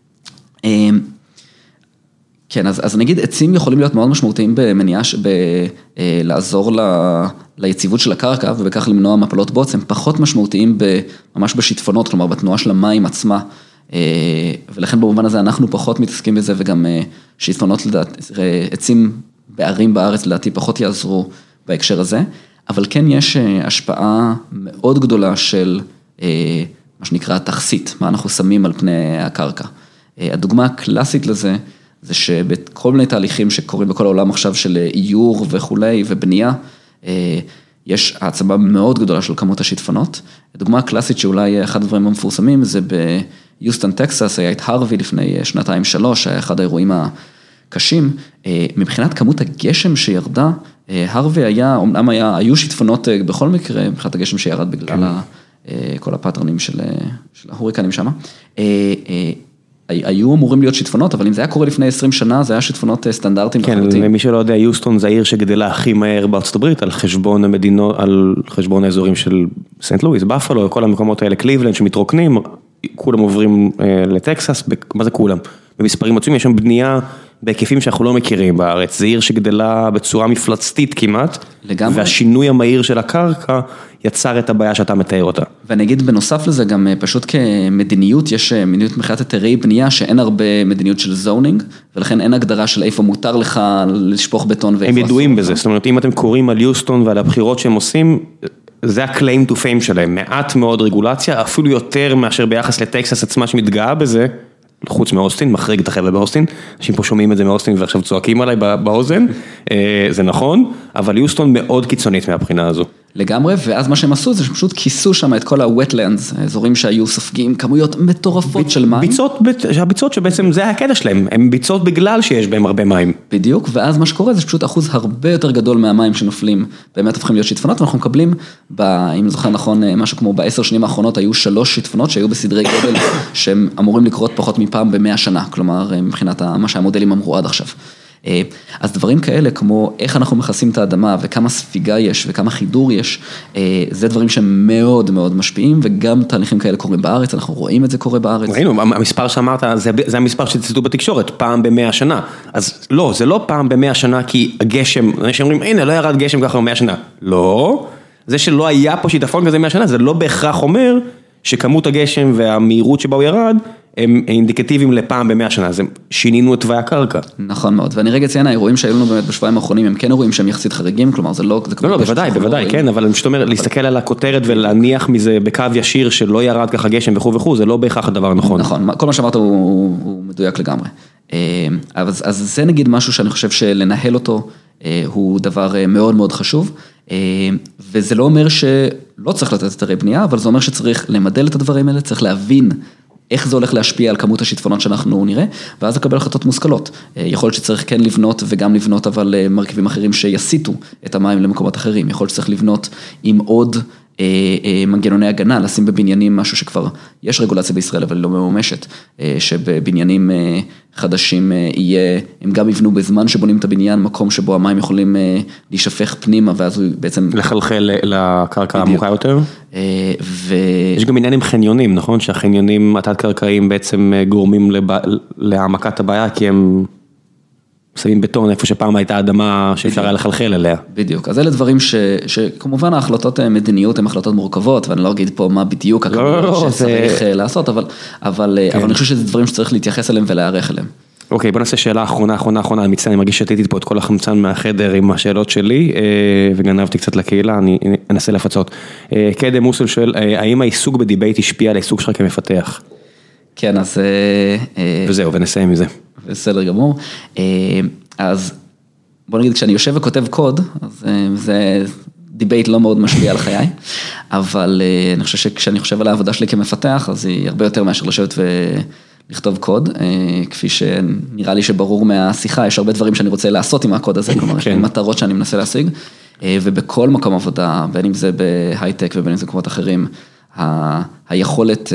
כן, אז נגיד עצים יכולים להיות מאוד משמעותיים במניעה, לעזור ליציבות של הקרקע, ובכך למנוע מפלות בוץ, הם פחות משמעותיים ממש בשיטפונות, כלומר בתנועה של המים עצמה, ולכן במובן הזה אנחנו פחות מתעסקים בזה, וגם שיטפונות לדעת, עצים בערים בארץ לדעתי פחות יעזרו בהקשר הזה, אבל כן יש השפעה מאוד גדולה של מה שנקרא תכסית, מה אנחנו שמים על פני הקרקע. הדוגמה הקלאסית לזה, זה שבכל מיני תהליכים שקורים בכל העולם עכשיו של איור וכולי ובנייה, יש העצמה מאוד גדולה של כמות השיטפונות. הדוגמה הקלאסית שאולי אחד הדברים המפורסמים זה ביוסטון, טקסס, היה את הרווי לפני 2-3, היה אחד האירועים הקשים. מבחינת כמות הגשם שירדה, הרווי היה, אומנם היו שיטפונות בכל מקרה, מבחינת הגשם שירד בגלל כל הפטרנים של ההוריקנים שם. היו אמורים להיות שיטפונות, אבל אם זה היה קורה לפני 20 שנה, זה היה שיטפונות סטנדרטיים. כן, ומי שלא יודע, יוסטון זה העיר שגדלה הכי מהר בארצות הברית, על חשבון המדינות, על חשבון האזורים של סנט לואיס, באפלו, כל המקומות האלה, קליבלנד שמתרוקנים, כולם עוברים לטקסס, מה זה כולם? במספרים עצומים, יש שם בנייה בהיקפים שאנחנו לא מכירים בארץ, זה עיר שגדלה בצורה מפלצתית כמעט, לגמרי. והשינוי המהיר של הקרקע יצר את הבעיה שאתה מתאר אותה. ואני אגיד בנוסף לזה גם פשוט כמדיניות, יש מדיניות מבחינת היתרי בנייה שאין הרבה מדיניות של זונינג, ולכן אין הגדרה של איפה מותר לך לשפוך בטון ואיפה הם ידועים בזה, זאת אומרת אם אתם קוראים על יוסטון ועל הבחירות שהם עושים, זה ה-claim to fame שלהם, מעט מאוד רגולציה, אפילו יותר מאשר ביחס לטקסס עצמה שמתגאה בזה, חוץ מאוסטין, מחריג את החבר'ה באוסטין, אנשים פה שומעים את זה מאוסטין ועכשיו צועקים עליי באוזן, זה נכון, אבל יוסטון מאוד קיצונית מהבחינה הזו. לגמרי, ואז מה שהם עשו זה שפשוט כיסו שם את כל ה-wetlands, האזורים שהיו סופגים כמויות מטורפות של מים. הביצות שבעצם זה הקטע שלהם, הם ביצות בגלל שיש בהם הרבה מים. בדיוק, ואז מה שקורה זה שפשוט אחוז הרבה יותר גדול מהמים שנופלים, באמת הופכים להיות שיטפונות, ואנחנו מקבלים, אם זוכר נכון, משהו כמו ב10 שנים האחרונות, היו 3 שיטפונות שהיו בסדרי גודל, שהם אמורים לקרות פחות מפעם ב100 שנה, כלומר, מבחינת מה שהמודלים אמרו עד עכשיו. אז דברים כאלה כמו איך אנחנו מכסים את האדמה וכמה ספיגה יש וכמה חידור יש, זה דברים שהם מאוד מאוד משפיעים וגם תהליכים כאלה קורים בארץ, אנחנו רואים את זה קורה בארץ. ראינו, המספר שאמרת, זה המספר שציטטו בתקשורת, פעם ב100 שנה. אז לא, זה לא פעם ב100 שנה כי הגשם, אנשים אומרים, הנה, לא ירד גשם ככה ב100 שנה. לא, זה שלא היה פה שיטפון כזה 100 שנה, זה לא בהכרח אומר שכמות הגשם והמהירות שבה הוא ירד, הם אינדיקטיביים לפעם ב100 שנה, אז הם שינינו את תוואי הקרקע. נכון מאוד, ואני רגע ציין, האירועים שהיו לנו באמת בשבועיים האחרונים, הם כן אירועים שהם יחסית חריגים, כלומר זה לא... לא, בוודאי, כן, אבל אני פשוט אומר, להסתכל על הכותרת ולהניח מזה בקו ישיר שלא ירד ככה גשם וכו', זה לא בהכרח הדבר נכון. נכון, כל מה שאמרת הוא מדויק לגמרי. אז זה נגיד משהו שאני חושב שלנהל אותו הוא דבר מאוד מאוד חשוב, וזה לא אומר שלא צריך לתת היתרי בנייה, אבל זה אומר שצריך למדל את הדברים האלה, צריך להבין איך זה הולך להשפיע על כמות השיטפונות שאנחנו נראה, ואז לקבל החלטות מושכלות. יכול להיות שצריך כן לבנות וגם לבנות, אבל מרכיבים אחרים שיסיטו את המים למקומות אחרים. יכול להיות שצריך לבנות עם עוד מנגנוני הגנה, לשים בבניינים משהו שכבר יש רגולציה בישראל, אבל היא לא ממומשת, שבבניינים חדשים יהיה, הם גם יבנו בזמן שבונים את הבניין, מקום שבו המים יכולים להישפך פנימה, ואז הוא בעצם... לחלחל לקרקע עמוקה יותר. יש גם עניין עם חניונים, נכון? שהחניונים התת-קרקעיים בעצם גורמים להעמקת הבעיה, כי הם... שמים בטון איפה שפעם הייתה אדמה שאפשר היה לחלחל אליה. בדיוק, אז אלה דברים שכמובן ההחלטות מדיניות הן החלטות מורכבות, ואני לא אגיד פה מה בדיוק שצריך לעשות, אבל אני חושב שזה דברים שצריך להתייחס אליהם ולהערך אליהם. אוקיי, בוא נעשה שאלה אחרונה, אני מצטער, אני מרגיש שתיתי פה את כל החמצן מהחדר עם השאלות שלי, וגנבתי קצת לקהילה, אני אנסה לפצות. קדם מוסל שואל, האם העיסוק בדיבייט השפיע על העיסוק שלך כמפתח? כן, אז... וזהו, ונסיים מזה. בסדר גמור. אז בוא נגיד, כשאני יושב וכותב קוד, אז זה דיבייט לא מאוד משפיע על חיי, אבל אני חושב שכשאני חושב על העבודה שלי כמפתח, אז היא הרבה יותר מאשר לשבת ולכתוב קוד, כפי שנראה לי שברור מהשיחה, יש הרבה דברים שאני רוצה לעשות עם הקוד הזה, כלומר, יש לי מטרות שאני מנסה להשיג, ובכל מקום עבודה, בין אם זה בהייטק ובין אם זה מקומות אחרים, היכולת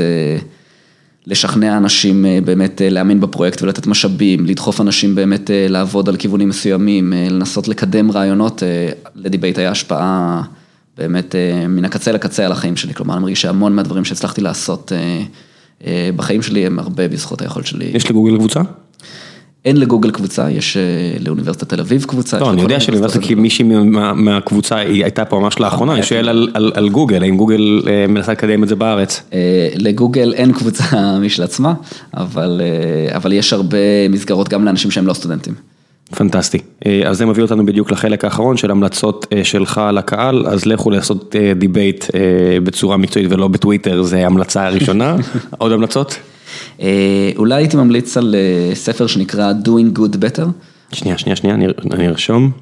לשכנע אנשים באמת להאמין בפרויקט ולתת משאבים, לדחוף אנשים באמת לעבוד על כיוונים מסוימים, לנסות לקדם רעיונות, לדיבייט היה השפעה באמת מן הקצה לקצה על החיים שלי, כלומר אני מרגיש שהמון מהדברים שהצלחתי לעשות בחיים שלי הם הרבה בזכות היכולת שלי. יש לגוגל קבוצה? אין לגוגל קבוצה, יש לאוניברסיטת תל אביב קבוצה. לא, אני יודע שלאוניברסיטה, כי מישהי מהקבוצה היא הייתה פה ממש לאחרונה, אני שואל על גוגל, האם גוגל מנסה לקדם את זה בארץ? לגוגל אין קבוצה משל עצמה, אבל יש הרבה מסגרות גם לאנשים שהם לא סטודנטים. פנטסטי. אז זה מביא אותנו בדיוק לחלק האחרון של המלצות שלך לקהל, אז לכו לעשות דיבייט בצורה מקצועית ולא בטוויטר, זה המלצה הראשונה. עוד המלצות? אולי הייתי ממליץ על ספר שנקרא Doing Good Better. שנייה, אני ארשום.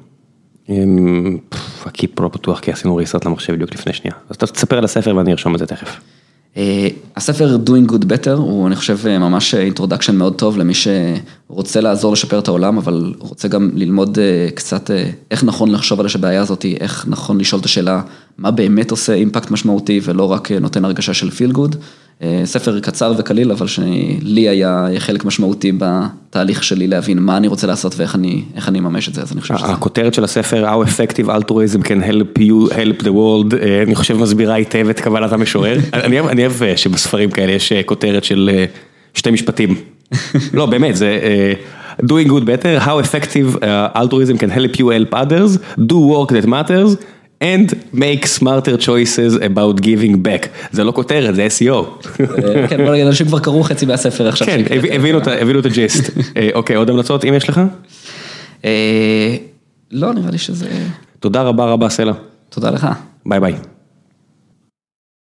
הקיפ לא פתוח כי עשינו ריסרט למחשב בדיוק לפני שנייה. אז אתה תספר על הספר ואני ארשום את זה תכף. הספר Doing Good Better הוא אני חושב ממש אינטרודקשן מאוד טוב למי שרוצה לעזור לשפר את העולם, אבל רוצה גם ללמוד קצת איך נכון לחשוב על הבעיה הזאת, איך נכון לשאול את השאלה מה באמת עושה אימפקט משמעותי ולא רק נותן הרגשה של feel good. ספר קצר וקליל, אבל שלי היה חלק משמעותי בתהליך שלי להבין מה אני רוצה לעשות ואיך אני ממש את זה, אז אני חושב שזה... הכותרת של הספר, How Effective Altruism Can Help the World, אני חושב מסבירה היטב את קבלת המשורר. אני אוהב שבספרים כאלה יש כותרת של 2 משפטים. לא, באמת, זה... Doing good better, how effective altruism can help you help others, do work that matters, and make smarter choices about giving back. זה לא כותרת, זה SEO. כן, בוא נגיד, אנשים כבר קראו חצי מהספר עכשיו. כן, הבינו את הג'יסט. אוקיי, עוד המלצות, אם יש לך? לא, נראה לי שזה... תודה רבה, סלע. תודה לך. ביי ביי.